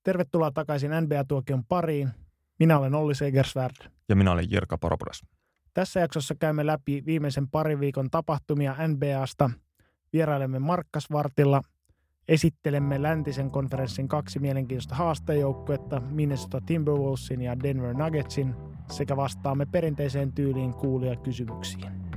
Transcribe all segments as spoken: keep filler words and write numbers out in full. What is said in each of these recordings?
Tervetuloa takaisin N B A-tuokion pariin. Minä olen Olli Segersvärd. Ja minä olen Jirka Poropudas. Tässä jaksossa käymme läpi viimeisen parin viikon tapahtumia N B A:sta. Vierailemme Markkasvartilla. Esittelemme läntisen konferenssin kaksi mielenkiintoista haastajoukkuetta, Minnesota Timberwolvesin ja Denver Nuggetsin, sekä vastaamme perinteiseen tyyliin kuulijakysymyksiin.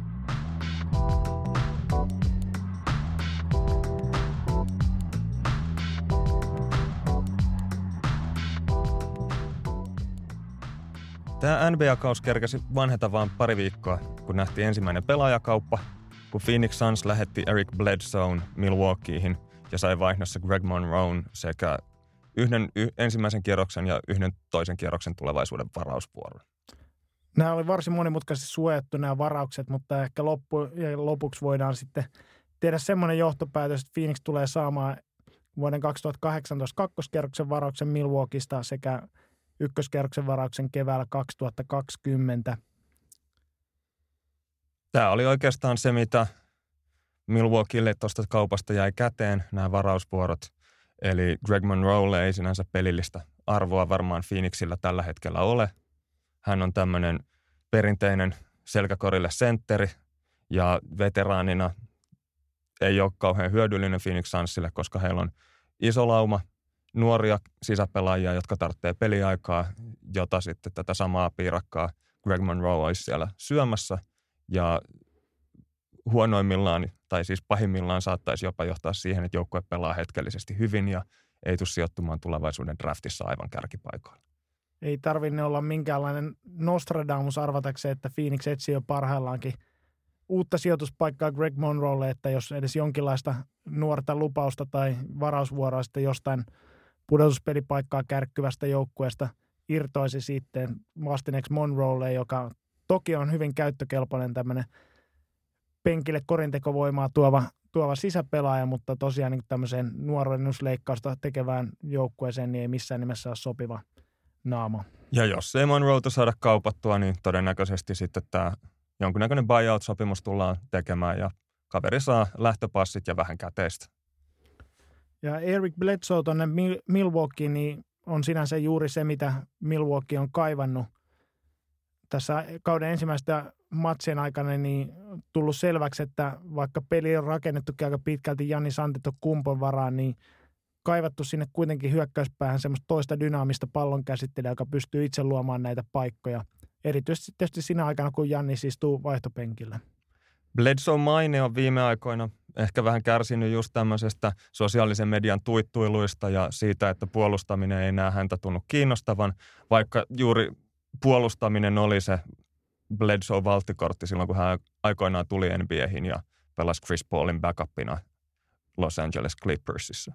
Tämä N B A-kaus kerkäsi vanheta vaan pari viikkoa, kun nähtiin ensimmäinen pelaajakauppa, kun Phoenix Suns lähetti Eric Bledsoen Milwaukeehin ja sai vaihdossa Greg Monroen sekä yhden y- ensimmäisen kierroksen ja yhden toisen kierroksen tulevaisuuden varausvuoron. Nämä oli varsin monimutkaisesti suojattu nämä varaukset, mutta ehkä loppu, ja lopuksi voidaan sitten tehdä semmoinen johtopäätös, että Phoenix tulee saamaan vuoden kaksituhattakahdeksantoista kakkoskierroksen varauksen Milwaukeesta sekä ykköskierroksen varauksen keväällä kaksituhattakaksikymmentä. Tämä oli oikeastaan se, mitä Milwaukeelle tuosta kaupasta jäi käteen, nämä varausvuorot. Eli Greg Monroelle ei sinänsä pelillistä arvoa varmaan Phoenixillä tällä hetkellä ole. Hän on tämmöinen perinteinen selkäkorille sentteri ja veteraanina ei ole kauhean hyödyllinen Phoenix Sunsille, koska heillä on iso lauma nuoria sisäpelaajia, jotka tarvitsee peliaikaa, jota sitten tätä samaa piirakkaa Greg Monroe olisi siellä syömässä. Ja huonoimmillaan, tai siis pahimmillaan saattaisi jopa johtaa siihen, että joukkue pelaa hetkellisesti hyvin ja ei tule sijoittumaan tulevaisuuden draftissa aivan kärkipaikoilla. Ei tarvinne olla minkäänlainen Nostradamus arvatakseen, että Phoenix etsii jo parhaillaankin uutta sijoituspaikkaa Greg Monroelle, että jos edes jonkinlaista nuorta lupausta tai varausvuoroa sitten jostain pudotuspelipaikkaa kärkkyvästä joukkueesta irtoisi sitten vastineeksi Monroelle, joka toki on hyvin käyttökelpoinen tämmöinen penkille korintekovoimaa tuova, tuova sisäpelaaja, mutta tosiaan niin tämmöiseen nuorennusleikkausta tekevään joukkueeseen niin ei missään nimessä ole sopiva naama. Ja jos ei Monroeta saada kaupattua, niin todennäköisesti sitten tämä jonkinnäköinen buyout-sopimus tullaan tekemään ja kaveri saa lähtöpassit ja vähän käteistä. Ja Eric Bledsoe tuonne Milwaukeeen niin on sinänsä juuri se, mitä Milwaukee on kaivannut. Tässä kauden ensimmäistä matsien aikana niin tullut selväksi, että vaikka peli on rakennettu aika pitkälti Giannis Antetokounmpon varaan, niin kaivattu sinne kuitenkin hyökkäyspäähän semmoista toista dynaamista pallon käsittelyä, joka pystyy itse luomaan näitä paikkoja. Erityisesti tietysti siinä aikana, kun Giannis istuu vaihtopenkillä. Bledsoe maine on viime aikoina ehkä vähän kärsinyt just tämmöisestä sosiaalisen median tuittuiluista ja siitä, että puolustaminen ei enää häntä tunnu kiinnostavan, vaikka juuri puolustaminen oli se Bledsoe valttikortti silloin, kun hän aikoinaan tuli N B A:hin ja pelasi Chris Paulin backupina Los Angeles Clippersissa.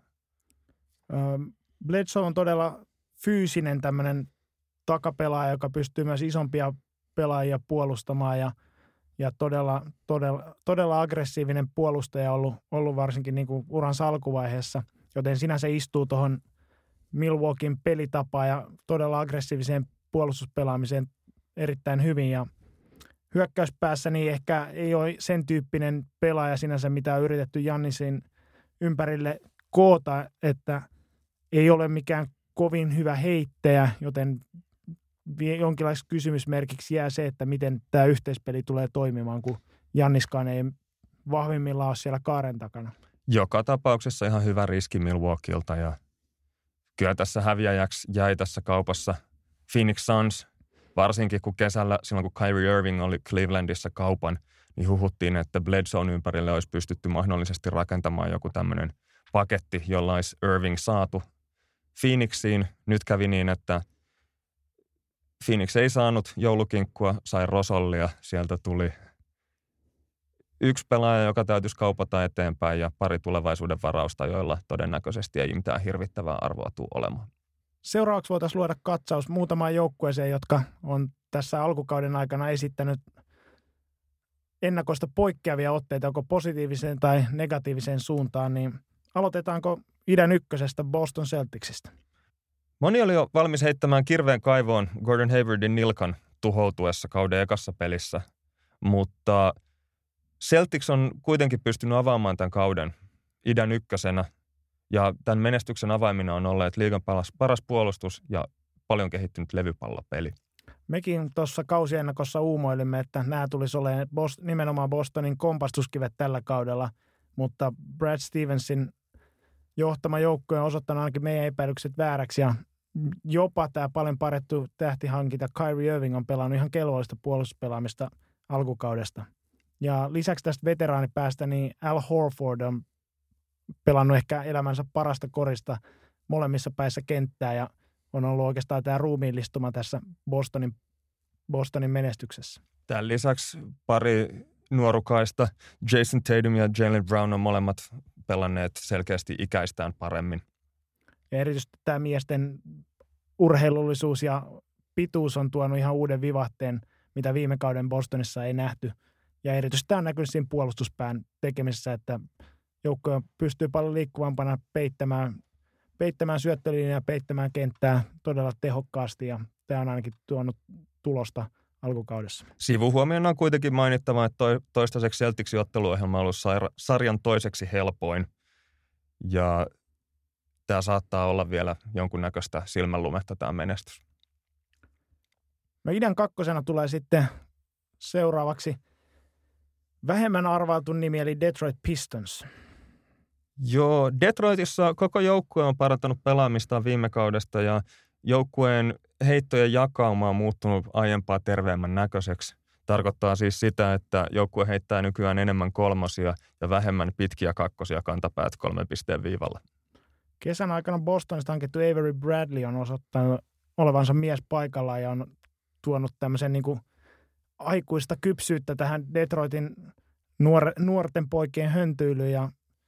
Bledsoe on todella fyysinen tämmöinen takapelaaja, joka pystyy myös isompia pelaajia puolustamaan ja, ja todella, todella, todella aggressiivinen puolustaja ollut, ollut varsinkin niin kuin uransa alkuvaiheessa, joten sinänsä istuu tuohon Milwaukeein pelitapaan ja todella aggressiiviseen puolustuspelaamiseen erittäin hyvin ja hyökkäyspäässä niin ehkä ei ole sen tyyppinen pelaaja sinänsä, mitä on yritetty Giannisin ympärille koota, että ei ole mikään kovin hyvä heittäjä, joten jonkinlaiseksi kysymysmerkiksi jää se, että miten tämä yhteispeli tulee toimimaan, kun Gianniskaan ei vahvimmillaan ole siellä kaaren takana. Joka tapauksessa ihan hyvä riski Milwaukeelta ja kyllä tässä häviäjäksi jäi tässä kaupassa Phoenix Suns, varsinkin kun kesällä, silloin kun Kyrie Irving oli Clevelandissa kaupan, niin huhuttiin, että Bledsoen ympärille olisi pystytty mahdollisesti rakentamaan joku tämmöinen paketti, jolla olisi Irving saatu Phoenixiin. Nyt kävi niin, että Phoenix ei saanut joulukinkkua, sai Rosollia. Sieltä tuli yksi pelaaja, joka täytyisi kaupata eteenpäin ja pari tulevaisuuden varausta, joilla todennäköisesti ei mitään hirvittävää arvoa tule olemaan. Seuraavaksi voitaisiin luoda katsaus muutamaan joukkueeseen, jotka on tässä alkukauden aikana esittänyt ennakoista poikkeavia otteita, joko positiiviseen tai negatiiviseen suuntaan, niin aloitetaanko idän ykkösestä Boston Celticsista? Moni oli jo valmis heittämään kirveen kaivoon Gordon Haywardin nilkan tuhoutuessa kauden ekassa pelissä, mutta Celtics on kuitenkin pystynyt avaamaan tämän kauden idän ykkösenä Ja tämän menestyksen avaimina on olleet liigan paras puolustus ja paljon kehittynyt levypallopeli. Mekin tuossa kausiennakossa uumoilimme, että nämä tulisi olemaan Boston, nimenomaan Bostonin kompastuskivet tällä kaudella, mutta Brad Stevensin johtama joukkue on osoittanut ainakin meidän epäilykset vääräksi ja jopa tämä paljon parettu tähtihankinta Kyrie Irving on pelannut ihan kelvollista puolustuspelaamista alkukaudesta. Ja lisäksi tästä veteraanipäästä niin Al Horford on pelannut ehkä elämänsä parasta korista molemmissa päissä kenttää ja on ollut oikeastaan tämä ruumiillistuma tässä Bostonin, Bostonin menestyksessä. Tämän lisäksi pari nuorukaista, Jason Tatum ja Jaylen Brown on molemmat pelanneet selkeästi ikäistään paremmin. Ja erityisesti tämä miesten urheilullisuus ja pituus on tuonut ihan uuden vivahteen, mitä viime kauden Bostonissa ei nähty. Ja erityisesti tämä on näkynyt siinä puolustuspään tekemisessä, että joukkoja pystyy paljon liikkuvampana peittämään, peittämään syöttölinjaa ja peittämään kenttää todella tehokkaasti. Ja tämä on ainakin tuonut tulosta alkukaudessa. Sivuhuomiona on kuitenkin mainittava, että toistaiseksi Celticsin otteluohjelma on ollut sarjan toiseksi helpoin. Ja tämä saattaa olla vielä jonkunnäköistä silmänlumetta tämä menestys. No idän kakkosena tulee sitten seuraavaksi vähemmän arvailtu nimi, eli Detroit Pistons. Joo, Detroitissa koko joukkue on parantanut pelaamistaan viime kaudesta ja joukkueen heittojen jakauma on muuttunut aiempaa terveemmän näköiseksi. Tarkoittaa siis sitä, että joukkue heittää nykyään enemmän kolmosia ja vähemmän pitkiä kakkosia kantapäät kolmen pisteen viivalla. Kesän aikana Bostonista hankittu Avery Bradley on osoittanut olevansa mies paikallaan ja on tuonut tämmöisen niin kuin aikuista kypsyyttä tähän Detroitin nuor, nuorten poikien höntyilyyn ja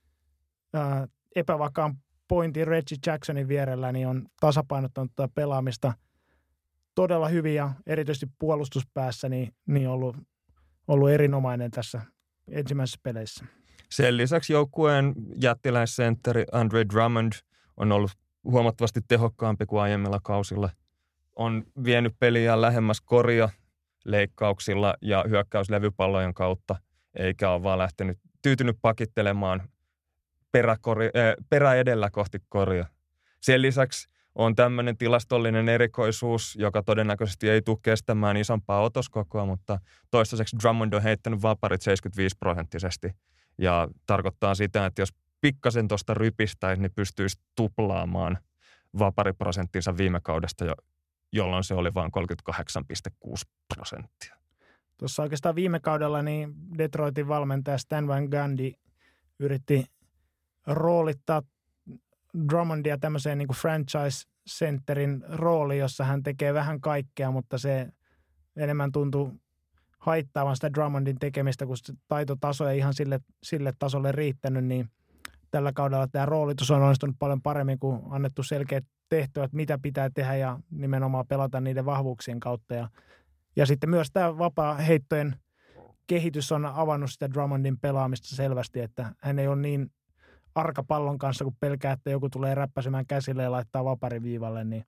ää, epävakaan pointin Reggie Jacksonin vierellä niin on tasapainottanut pelaamista todella hyvin ja erityisesti puolustuspäässä niin, niin ollut, ollut erinomainen tässä ensimmäisessä peleissä. Sen lisäksi joukkueen jättiläissentteri Andre Drummond on ollut huomattavasti tehokkaampi kuin aiemmilla kausilla. On vienyt peliä lähemmäs koria leikkauksilla ja hyökkäyslevypallojen kautta, eikä ole vaan lähtenyt tyytynyt pakittelemaan peräkori, äh, perä edellä kohti koria. Sen lisäksi on tämmöinen tilastollinen erikoisuus, joka todennäköisesti ei tule kestämään isompaa otoskokoa, mutta toistaiseksi Drummond on heittänyt vaparit seitsemänkymmentäviisi prosenttisesti. Ja tarkoittaa sitä, että jos pikkasen tuosta rypistäisi, niin pystyisi tuplaamaan vapariprosenttinsa viime kaudesta, jo, jolloin se oli vain kolmekymmentäkahdeksan pilkku kuusi prosenttia. Tuossa oikeastaan viime kaudella niin Detroitin valmentaja Stan Van Gundy yritti roolittaa Drummondia tämmöiseen niin kuin franchise-centerin rooliin, jossa hän tekee vähän kaikkea, mutta se enemmän tuntuu haittaavan sitä Drummondin tekemistä, kun se taitotaso ei ihan sille, sille tasolle riittänyt, niin tällä kaudella tämä roolitus on onnistunut paljon paremmin, kuin annettu selkeät tehtävät, mitä pitää tehdä ja nimenomaan pelata niiden vahvuuksien kautta. Ja, ja sitten myös tämä vapaa-heittojen kehitys on avannut sitä Drummondin pelaamista selvästi, että hän ei ole niin arka pallon kanssa, kun pelkää, että joku tulee räppäsemään käsille ja laittaa vapariviivalle. Niin.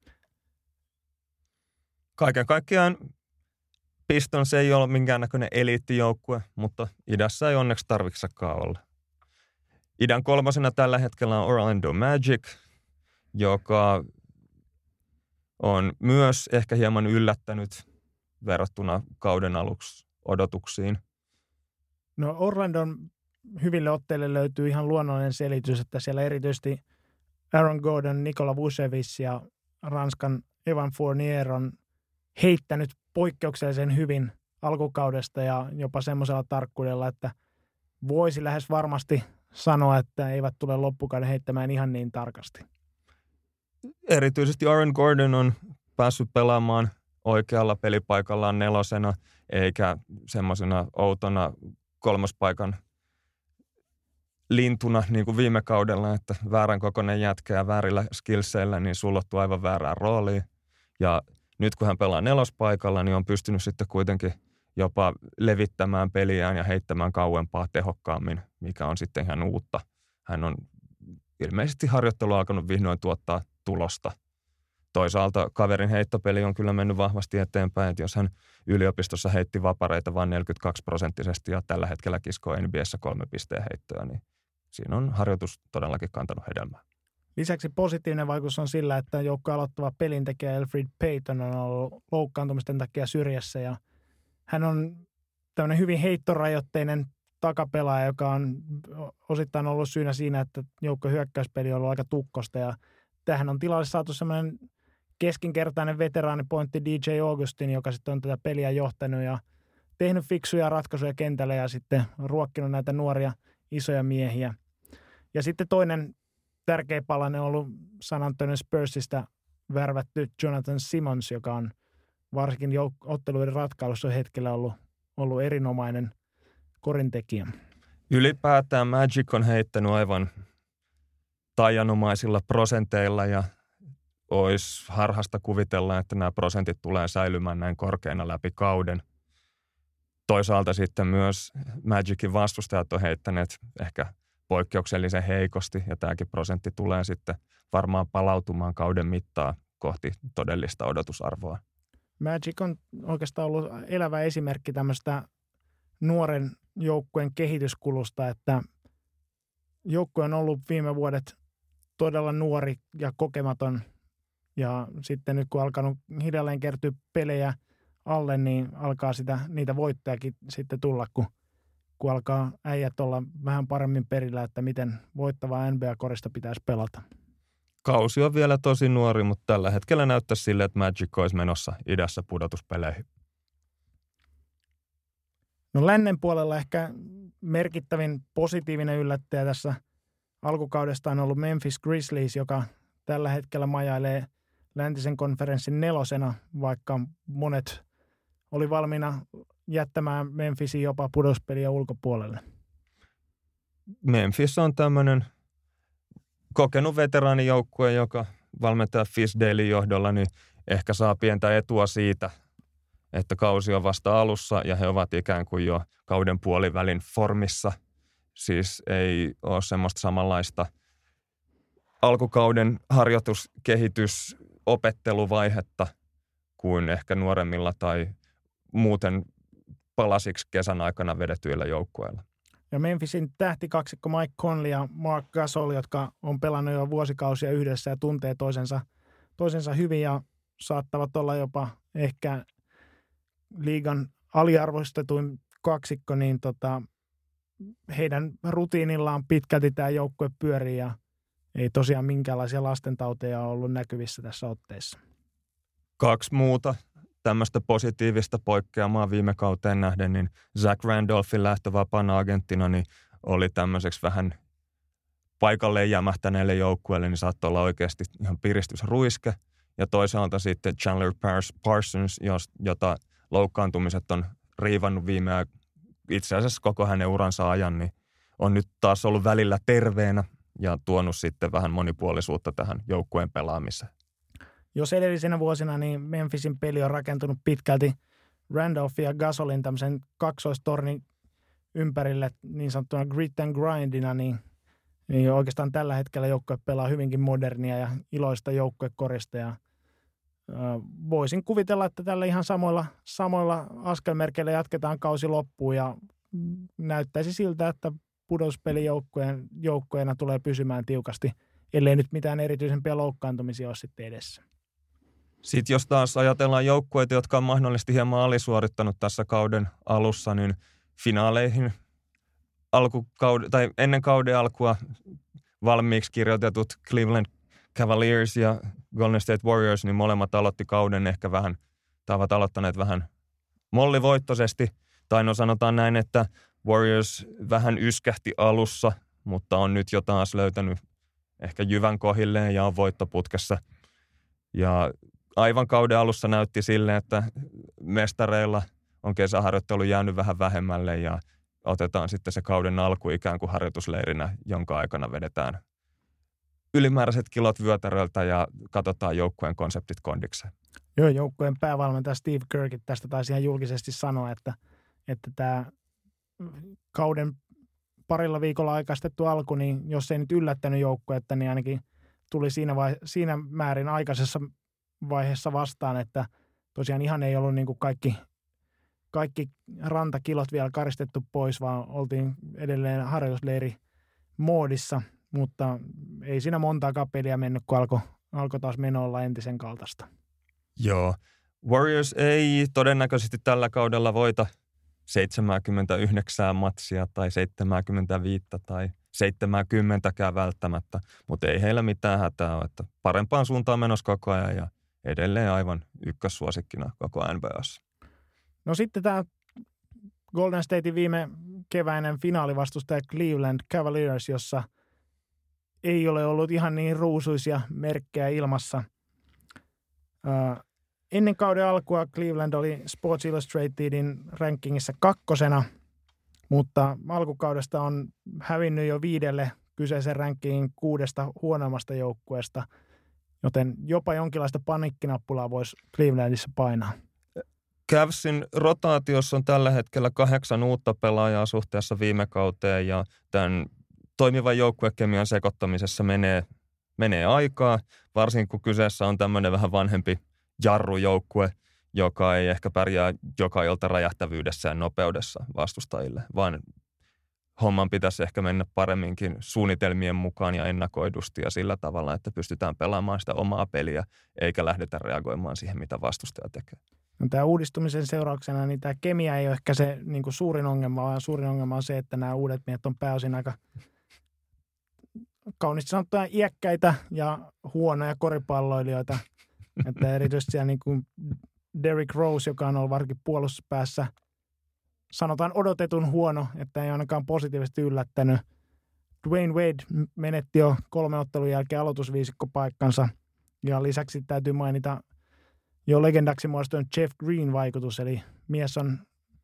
Kaiken kaikkiaan Pistons ei ole minkäännäköinen eliittijoukkue, mutta idässä ei onneksi tarvitsekaan olla. Idän kolmosena tällä hetkellä on Orlando Magic, joka on myös ehkä hieman yllättänyt verrattuna kauden aluksi odotuksiin. No Orlandon hyville otteille löytyy ihan luonnollinen selitys, että siellä erityisesti Aaron Gordon, Nikola Vucevic ja Ranskan Evan Fournier on heittänyt poikkeuksellisen hyvin alkukaudesta ja jopa semmoisella tarkkuudella, että voisi lähes varmasti sanoa, että eivät tule loppukauden heittämään ihan niin tarkasti. Erityisesti Aaron Gordon on päässyt pelaamaan oikealla pelipaikallaan nelosena, eikä semmoisena outona kolmospaikan lintuna niin kuin viime kaudella, että väärän kokoinen jätkä ja väärillä skillseillä niin sullottu aivan väärään rooliin. Ja nyt kun hän pelaa nelospaikalla, niin on pystynyt sitten kuitenkin jopa levittämään peliään ja heittämään kauempaa tehokkaammin, mikä on sitten ihan uutta. Hän on ilmeisesti harjoittelu alkanut vihdoin tuottaa tulosta. Toisaalta kaverin heittopeli on kyllä mennyt vahvasti eteenpäin, että jos hän yliopistossa heitti vapareita vain neljäkymmentäkaksi prosenttisesti ja tällä hetkellä kiskoo N B A:ssä kolme pisteen heittoja, niin siinä on harjoitus todellakin kantanut hedelmää. Lisäksi positiivinen vaikutus on sillä, että joukko aloittava pelintekijä Elfrid Payton on ollut loukkaantumisten takia syrjässä ja hän on tämmöinen hyvin heittorajoitteinen takapelaaja, joka on osittain ollut syynä siinä, että joukko hyökkäyspeli on ollut aika tukkosta ja tähän on tilalle saatu semmoinen keskinkertainen veteraanipointti D J Augustin, joka sitten on tätä peliä johtanut ja tehnyt fiksuja ratkaisuja kentällä ja sitten ruokkinut näitä nuoria isoja miehiä. Ja sitten toinen tärkeä palanen on ollut San Antonio Spursista värvätty Jonathan Simmons, joka on varsinkin jouk- otteluiden ratkaisussa hetkellä ollut, ollut erinomainen korintekijä. Ylipäätään Magic on heittänyt aivan taianomaisilla prosenteilla ja olisi harhasta kuvitella, että nämä prosentit tulee säilymään näin korkeina läpi kauden. Toisaalta sitten myös Magicin vastustajat on heittäneet ehkä poikkeuksellisen heikosti ja tämäkin prosentti tulee sitten varmaan palautumaan kauden mittaan kohti todellista odotusarvoa. Magic on oikeastaan ollut elävä esimerkki tämmöistä nuoren joukkueen kehityskulusta, että joukkue on ollut viime vuodet todella nuori ja kokematon ja sitten nyt kun alkanut hiljalleen kertyä pelejä alle, niin alkaa sitä, niitä voittajakin sitten tulla, kun, kun alkaa äijät olla vähän paremmin perillä, että miten voittavaa N B A-korista pitäisi pelata. Kausi on vielä tosi nuori, mutta tällä hetkellä näyttäisi sille, että Magic olisi menossa idässä pudotuspeleihin. No lännen puolella ehkä merkittävin positiivinen yllättäjä tässä alkukaudesta on ollut Memphis Grizzlies, joka tällä hetkellä majailee läntisen konferenssin nelosena, vaikka monet oli valmiina jättämään Memphisin jopa pudotuspeliä ulkopuolelle. Memphis on tämmöinen kokenut veteraanijoukkue, joka valmentaja Fisdalein johdolla niin ehkä saa pientä etua siitä, että kausi on vasta alussa ja he ovat ikään kuin jo kauden puolivälin formissa. Siis ei ole semmoista samanlaista alkukauden harjoitus-, kehitys-, opetteluvaihetta kuin ehkä nuoremmilla tai muuten palasiksi kesän aikana vedetyillä joukkueilla. Ja Memphisin tähtikaksikko Mike Conley ja Marc Gasol, jotka on pelannut jo vuosikausia yhdessä ja tuntee toisensa, toisensa hyvin ja saattavat olla jopa ehkä liigan aliarvostetuin kaksikko, niin tota, heidän rutiinillaan pitkälti tämä joukkue pyörii ja ei tosiaan minkäänlaisia lastentauteja ole ollut näkyvissä tässä otteessa. Kaksi muuta tämmöistä positiivista poikkeamaa viime kauteen nähden, niin Zach Randolphin lähtö vapaana agenttina niin oli tämmöiseksi vähän paikalleen jämähtäneelle joukkueelle, niin saattoi olla oikeasti ihan piristysruiske. Ja toisaalta sitten Chandler Parsons, jota loukkaantumiset on riivannut viime itse asiassa koko hänen uransa ajan, niin on nyt taas ollut välillä terveenä ja tuonut sitten vähän monipuolisuutta tähän joukkueen pelaamiseen. Jos edellisenä vuosina, niin Memphisin peli on rakentunut pitkälti Randolphin ja Gasolin tämmöisen kaksoistornin ympärille niin sanottuna grit and grindina, niin, niin oikeastaan tällä hetkellä joukkue pelaa hyvinkin modernia ja iloista joukkuekorista. Ja, ö, voisin kuvitella, että tällä ihan samoilla, samoilla askelmerkeillä jatketaan kausi loppuun ja näyttäisi siltä, että pudotuspelijoukkojen joukkoina tulee pysymään tiukasti, ellei nyt mitään erityisempiä loukkaantumisia ole sitten edessä. Sitten jos taas ajatellaan joukkueita, jotka on mahdollisesti hieman alisuorittanut tässä kauden alussa, niin finaaleihin alkukauden, tai ennen kauden alkua valmiiksi kirjoitetut Cleveland Cavaliers ja Golden State Warriors, niin molemmat aloitti kauden ehkä vähän, tai ovat aloittaneet vähän mollivoittoisesti, tai no sanotaan näin, että Warriors vähän yskähti alussa, mutta on nyt jo taas löytänyt ehkä jyvän kohilleen ja on voittoputkessa. Ja aivan kauden alussa näytti sille, että mestareilla on kesäharjoittelu jäänyt vähän vähemmälle ja otetaan sitten se kauden alku ikään kuin harjoitusleirinä, jonka aikana vedetään ylimääräiset kilot vyötäröltä ja katsotaan joukkueen konseptit kondikseen. Joo, joukkueen päävalmentaja Steve Kerr tästä taisi ihan julkisesti sanoa, että, että tämä kauden parilla viikolla aikaistettu alku, niin jos ei nyt yllättänyt joukkuetta, niin ainakin tuli siinä, vai, siinä määrin aikaisessa vaiheessa vastaan, että tosiaan ihan ei ollut niin kuin kaikki, kaikki rantakilot vielä karistettu pois, vaan oltiin edelleen harjoitusleiri moodissa. mutta ei siinä montaakaan peliä mennyt, kun alkoi alko taas meno olla entisen kaltaista. Joo. Warriors ei todennäköisesti tällä kaudella voita seitsemänkymmentäyhdeksän matsia tai seitsemänkymmentäviisi tai seitsemänkymmentäkään välttämättä, mutta ei heillä mitään hätää ole, että parempaan suuntaan menossa koko ajan ja edelleen aivan ykkössuosikkina koko N B A:ssa. No sitten tämä Golden Statein viime keväinen finaalivastustaja Cleveland Cavaliers, jossa ei ole ollut ihan niin ruusuisia merkkejä ilmassa. Äh, ennen kauden alkua Cleveland oli Sports Illustratedin rankingissa kakkosena, mutta alkukaudesta on hävinnyt jo viidelle kyseisen rankingin kuudesta huonommasta joukkueesta, joten jopa jonkinlaista paniikkinappulaa voisi Clevelandissa painaa. Cavsin rotaatiossa on tällä hetkellä kahdeksan uutta pelaajaa suhteessa viime kauteen ja tämän toimivan joukkuekemian sekoittamisessa menee, menee aikaa, varsinkin kun kyseessä on tämmöinen vähän vanhempi jarrujoukkue, joka ei ehkä pärjää joka ilta räjähtävyydessä ja nopeudessa vastustajille, vaan homman pitäisi ehkä mennä paremminkin suunnitelmien mukaan ja ennakoidusti ja sillä tavalla, että pystytään pelaamaan sitä omaa peliä, eikä lähdetä reagoimaan siihen, mitä vastustaja tekee. No, tämä uudistumisen seurauksena niin tämä kemia ei ole ehkä se niin kuin suurin ongelma, vaan suurin ongelma on se, että nämä uudet miehet on pääosin aika kauniisti sanottuna iäkkäitä ja huonoja koripalloilijoita. Että erityisesti siellä niin kuin Derrick Rose, joka on ollut varsinkin puolustuspäässä, sanotaan odotetun huono, että ei ainakaan positiivisesti yllättänyt. Dwayne Wade menetti jo kolme ottelun jälkeen aloitusviisikkopaikkansa ja lisäksi täytyy mainita jo legendaksi muodostunut Jeff Green vaikutus, eli mies on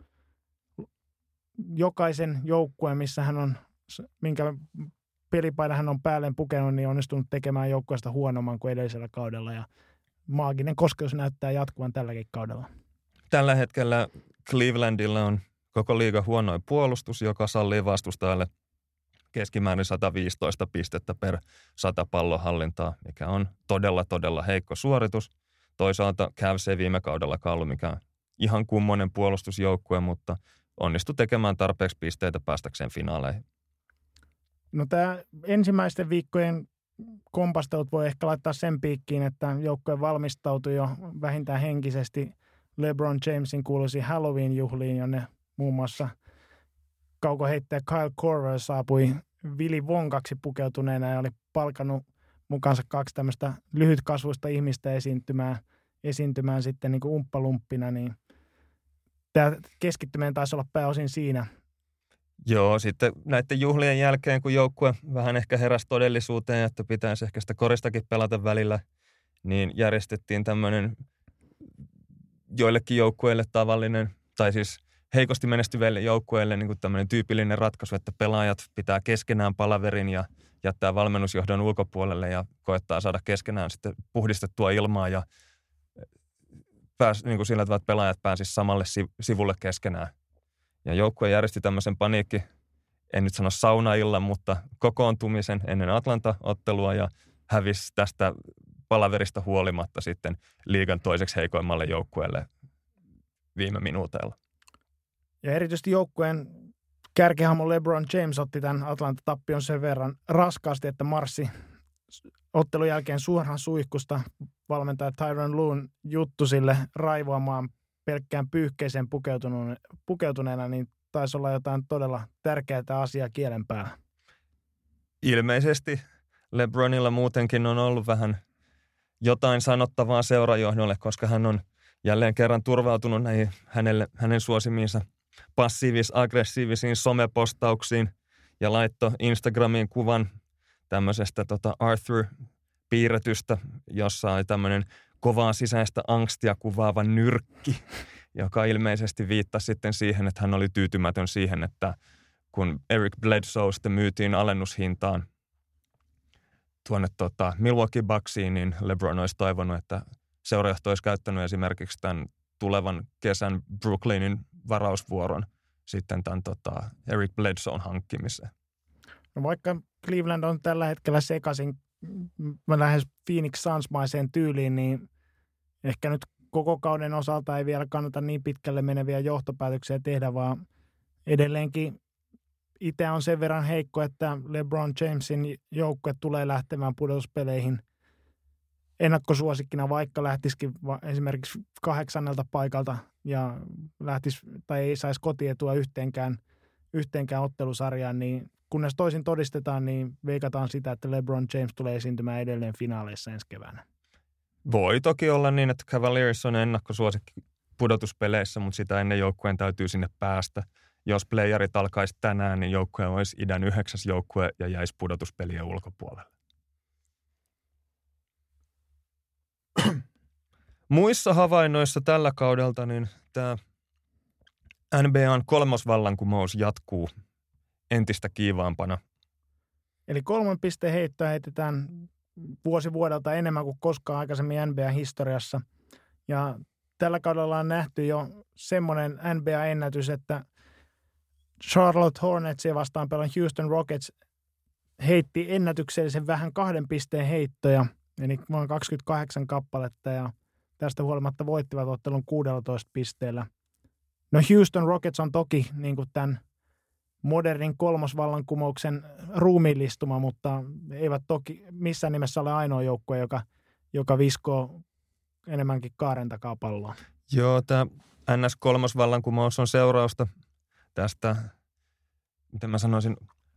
jokaisen joukkueen, missä hän on, minkä pelipaidan hän on päälleen pukenut, niin onnistunut tekemään joukkueesta huonomman kuin edellisellä kaudella ja maaginen kosketus näyttää jatkuvan tälläkin kaudella. Tällä hetkellä Clevelandilla on koko liigan huonoin puolustus, joka sallii vastustajalle keskimäärin sata viisitoista pistettä per sata pallonhallintaa, mikä on todella, todella heikko suoritus. Toisaalta Cavs ei viime kaudella ollut mikään ihan kummonen puolustusjoukkue, mutta onnistui tekemään tarpeeksi pisteitä päästäkseen finaaleihin. No tämä ensimmäisten viikkojen kompastelut voi ehkä laittaa sen piikkiin, että joukkue valmistautui jo vähintään henkisesti LeBron Jamesin kuuluisiin Halloween-juhliin, jonne muun muassa kaukoheittäjä Kyle Korver saapui Willy Wonkaksi pukeutuneena ja oli palkannut mukaansa kaksi tämmöistä lyhytkasvuista ihmistä esiintymään, esiintymään sitten niin kuin umppalumppina, niin tämä keskittyminen taisi olla pääosin siinä. Joo, sitten näiden juhlien jälkeen, kun joukkue vähän ehkä heräsi todellisuuteen, että pitäisi ehkä sitä koristakin pelata välillä, niin järjestettiin tämmöinen joillekin joukkueille tavallinen, tai siis heikosti menestyville joukkueille niin kuin tämmöinen tyypillinen ratkaisu, että pelaajat pitää keskenään palaverin ja jättää valmennusjohdon ulkopuolelle ja koettaa saada keskenään sitten puhdistettua ilmaa ja pääs, niin kuin sillä tavalla, että pelaajat pääsisivät samalle sivulle keskenään. Ja joukkue järjesti tämmöisen paniikki, en nyt sano saunaillan, mutta kokoontumisen ennen Atlanta-ottelua ja hävisi tästä palaverista huolimatta sitten liigan toiseksi heikoimmalle joukkueelle viime minuuteilla. Ja erityisesti joukkueen kärkihahmo LeBron James otti tämän Atlanta-tappion sen verran raskaasti, että marssi ottelun jälkeen suoraan suihkusta valmentaja Tyronn Luen juttu sille raivoamaan pelkkään pyyhkeeseen pukeutuneena, niin taisi olla jotain todella tärkeää asiaa kielen päällä. Ilmeisesti LeBronilla muutenkin on ollut vähän jotain sanottavaa seurajohdolle, koska hän on jälleen kerran turvautunut näihin hänelle, hänen suosimiinsa passiivis-aggressiivisiin somepostauksiin ja laittoi Instagramiin kuvan tämmöisestä tota Arthur-piirretystä, jossa oli tämmöinen kovaa sisäistä angstia kuvaava nyrkki, joka ilmeisesti viittasi sitten siihen, että hän oli tyytymätön siihen, että kun Eric Bledsoe sitten myytiin alennushintaan tuonne tota Milwaukee Bucksiin, niin LeBron olisi toivonut, että seurajohto olisi käyttänyt esimerkiksi tämän tulevan kesän Brooklynin varausvuoron sitten tämän tota Eric Bledsoen hankkimiseen. No vaikka Cleveland on tällä hetkellä sekaisin lähes Phoenix Suns-maiseen tyyliin, niin ehkä nyt koko kauden osalta ei vielä kannata niin pitkälle meneviä johtopäätöksiä tehdä, vaan edelleenkin itse on sen verran heikko, että LeBron Jamesin joukkue tulee lähtemään pudotuspeleihin ennakkosuosikkina, vaikka lähtisikin esimerkiksi kahdeksannelta paikalta ja lähtisi, tai ei saisi kotietua yhteenkään, yhteenkään ottelusarjaan, niin kunnes toisin todistetaan, niin veikataan sitä, että LeBron James tulee esiintymään edelleen finaaleissa ensi keväänä. Voi toki olla niin, että Cavaliers on ennakkosuosikki pudotuspeleissä, mutta sitä ennen joukkueen täytyy sinne päästä. Jos playerit alkaisi tänään, niin joukkue olisi idän yhdeksäs joukkue ja jäisi pudotuspelien ulkopuolelle. Muissa havainnoissa tällä kaudelta niin tämä N B A:n kolmosvallankumous jatkuu entistä kiivaampana. Eli kolman pisteen heittoa heitetään vuosi vuodelta enemmän kuin koskaan aikaisemmin N B A-historiassa. Ja tällä kaudella on nähty jo semmoinen N B A-ennätys, että Charlotte Hornetsia vastaan pelannut Houston Rockets heitti ennätyksellisen vähän kahden pisteen heittoja, eli vain kaksikymmentäkahdeksan kappaletta, ja tästä huolimatta voittivat ottelun kuusitoista pisteellä. No Houston Rockets on toki niin kuin tämän modernin kolmosvallankumouksen ruumiillistuma, mutta eivät toki missään nimessä ole ainoa joukkue, joka, joka viskoo enemmänkin kaaren takaa palloa. Joo, tämä N S-kolmosvallankumous on seurausta tästä, miten mä sanoisin,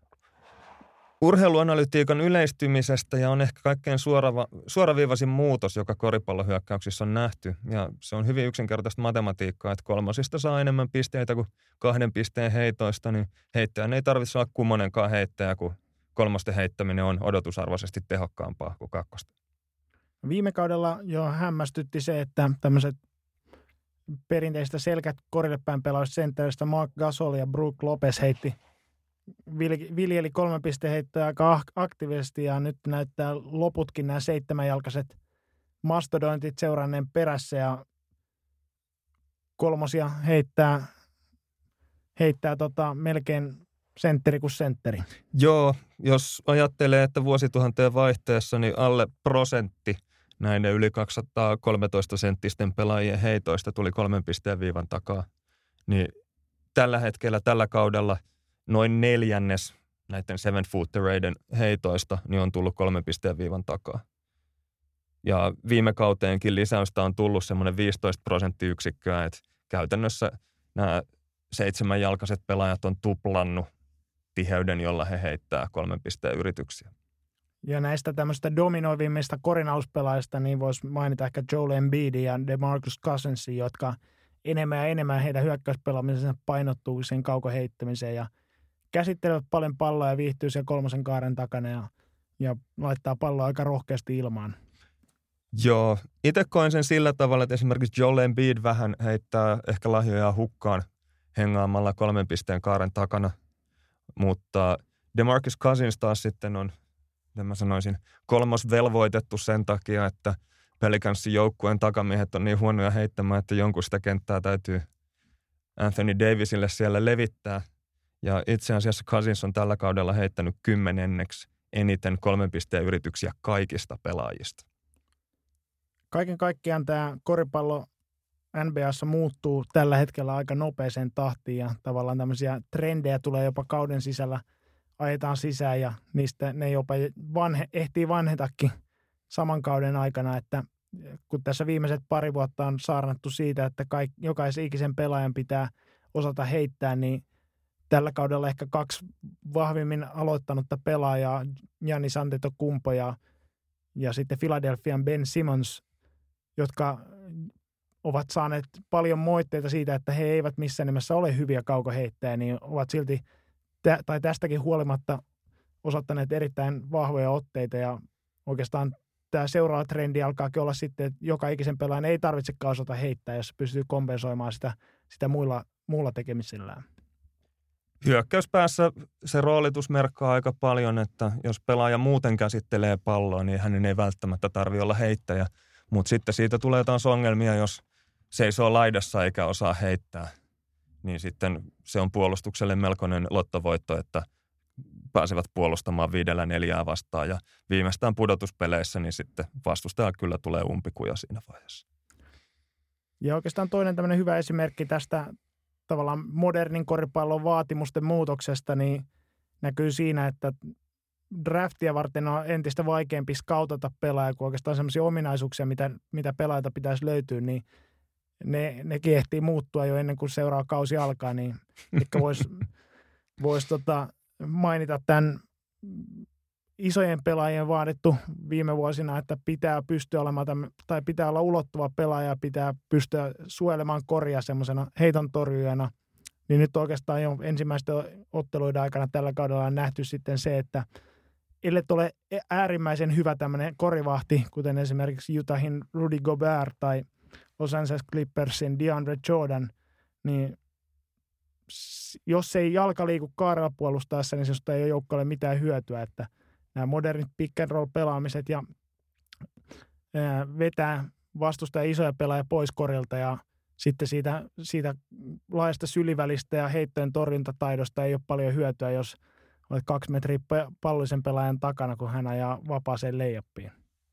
urheiluanalytiikan yleistymisestä ja on ehkä kaikkein suorava, suoraviivaisin muutos, joka koripallohyökkäyksissä on nähty. Ja se on hyvin yksinkertaista matematiikkaa, että kolmosista saa enemmän pisteitä kuin kahden pisteen heitoista, niin heittäjän ei tarvitse olla kummonenkaan heittäjä, kun kolmosten heittäminen on odotusarvoisesti tehokkaampaa kuin kakkosta. Viime kaudella jo hämmästytti se, että tämmöiset perinteistä selkät korillepäin pelaajista sentteristä Marc Gasol ja Brook Lopez heitti viljeli kolmen pisteen heittoja aika aktiivisesti, ja nyt näyttää loputkin nämä seitsemänjalkaiset mastodontit seuranneen perässä, ja kolmosia heittää, heittää tota melkein sentteri kuin sentteri. Joo, jos ajattelee, että vuosituhanteen vaihteessa niin alle prosentti näiden yli kaksisataakolmetoista senttisten pelaajien heitoista tuli kolmen pisteen viivan takaa, niin tällä hetkellä, tällä kaudella noin neljännes näiden seven-footereiden heitoista niin on tullut kolmen pisteen viivan takaa. Ja viime kauteenkin lisäystä on tullut semmoinen viisitoista prosenttiyksikköä, että käytännössä nämä seitsemänjalkaiset pelaajat on tuplannut tiheyden, jolla he heittää kolmen pisteen yrityksiä. Ja näistä tämmöistä dominoivimmista korinauspelaajista niin voisi mainita ehkä Joel Embiidin ja DeMarcus Cousinsin, jotka enemmän ja enemmän heidän hyökkäyspelaamisensa painottuu sen kaukoheittämiseen ja käsittelevät paljon palloa ja viihtyy siellä kolmosen kaaren takana ja, ja laittaa palloa aika rohkeasti ilmaan. Joo, itse koen sen sillä tavalla, että esimerkiksi Joel Embiid vähän heittää ehkä lahjoja hukkaan hengaamalla kolmen pisteen kaaren takana, mutta DeMarcus Cousins taas sitten on, miten mä sanoisin, kolmosvelvoitettu sen takia, että Pelicansin joukkueen takamiehet on niin huonoja heittämään, että jonkun sitä kenttää täytyy Anthony Davisille siellä levittää. Ja itse asiassa Cousins on tällä kaudella heittänyt kymmenenneksi eniten kolmen pisteen yrityksiä kaikista pelaajista. Kaiken kaikkiaan tämä koripallo N B A:ssa muuttuu tällä hetkellä aika nopeeseen tahtiin ja tavallaan tämmöisiä trendejä tulee jopa kauden sisällä, ajetaan sisään ja niistä ne jopa vanhe, ehtii vanhetakin saman kauden aikana, että kun tässä viimeiset pari vuotta on saarnattu siitä, että kaik, jokaisen ikisen pelaajan pitää osata heittää, niin tällä kaudella ehkä kaksi vahvimmin aloittanutta pelaajaa, Giannis Antetokounmpo ja, ja sitten Philadelphian Ben Simmons, jotka ovat saaneet paljon moitteita siitä, että he eivät missään nimessä ole hyviä kaukoheittäjiä, niin ovat silti, tai tästäkin huolimatta osoittaneet erittäin vahvoja otteita, ja oikeastaan tämä seuraava trendi alkaakin olla sitten, että joka ikisen pelaajan ei tarvitsekaan osata heittää, jos pystyy kompensoimaan sitä, sitä muilla, muulla tekemisillään. Hyökkäyspäässä se roolitus merkkaa aika paljon, että jos pelaaja muuten käsittelee palloa, niin hänen ei välttämättä tarvitse olla heittäjä. Mutta sitten siitä tulee taas ongelmia, jos seisoo laidassa eikä osaa heittää. Niin sitten se on puolustukselle melkoinen lottovoitto, että pääsevät puolustamaan viidellä neljää vastaan. Ja viimeistään pudotuspeleissä, niin sitten vastustaja kyllä tulee umpikuja siinä vaiheessa. Ja oikeastaan toinen tämmöinen hyvä esimerkki tästä tavallaan modernin koripallon vaatimusten muutoksesta, niin näkyy siinä, että draftia varten on entistä vaikeampi skautata pelaajia, kun oikeastaan sellaisia ominaisuuksia, mitä, mitä pelaajilta pitäisi löytyä, niin ne, nekin ehtii muuttua jo ennen kuin seuraava kausi alkaa, niin ehkä voisi vois tota mainita tämän isojen pelaajien vaadittu viime vuosina, että pitää pystyä olemaan tai pitää olla ulottuva pelaaja, pitää pystyä suojelemaan koria semmoisena heiton torjujana. Niin nyt oikeastaan jo ensimmäisten otteluiden aikana tällä kaudella on nähty sitten se, että ellei ole äärimmäisen hyvä tämmöinen korivahti, kuten esimerkiksi Utahin Rudy Gobert tai Los Angeles Clippersin DeAndre Jordan, niin jos ei jalka liiku kaarella puolustaessa, niin sinusta ei ole joukkoille mitään hyötyä, että nämä modernit pick and roll pelaamiset ja vetää vastustaja isoja pelaajia pois korilta ja sitten siitä, siitä laajasta sylivälistä ja heittojen torjuntataidosta ei ole paljon hyötyä, jos olet kaksi metriä pallollisen pelaajan takana, kun hän ajaa vapaaseen layupiin.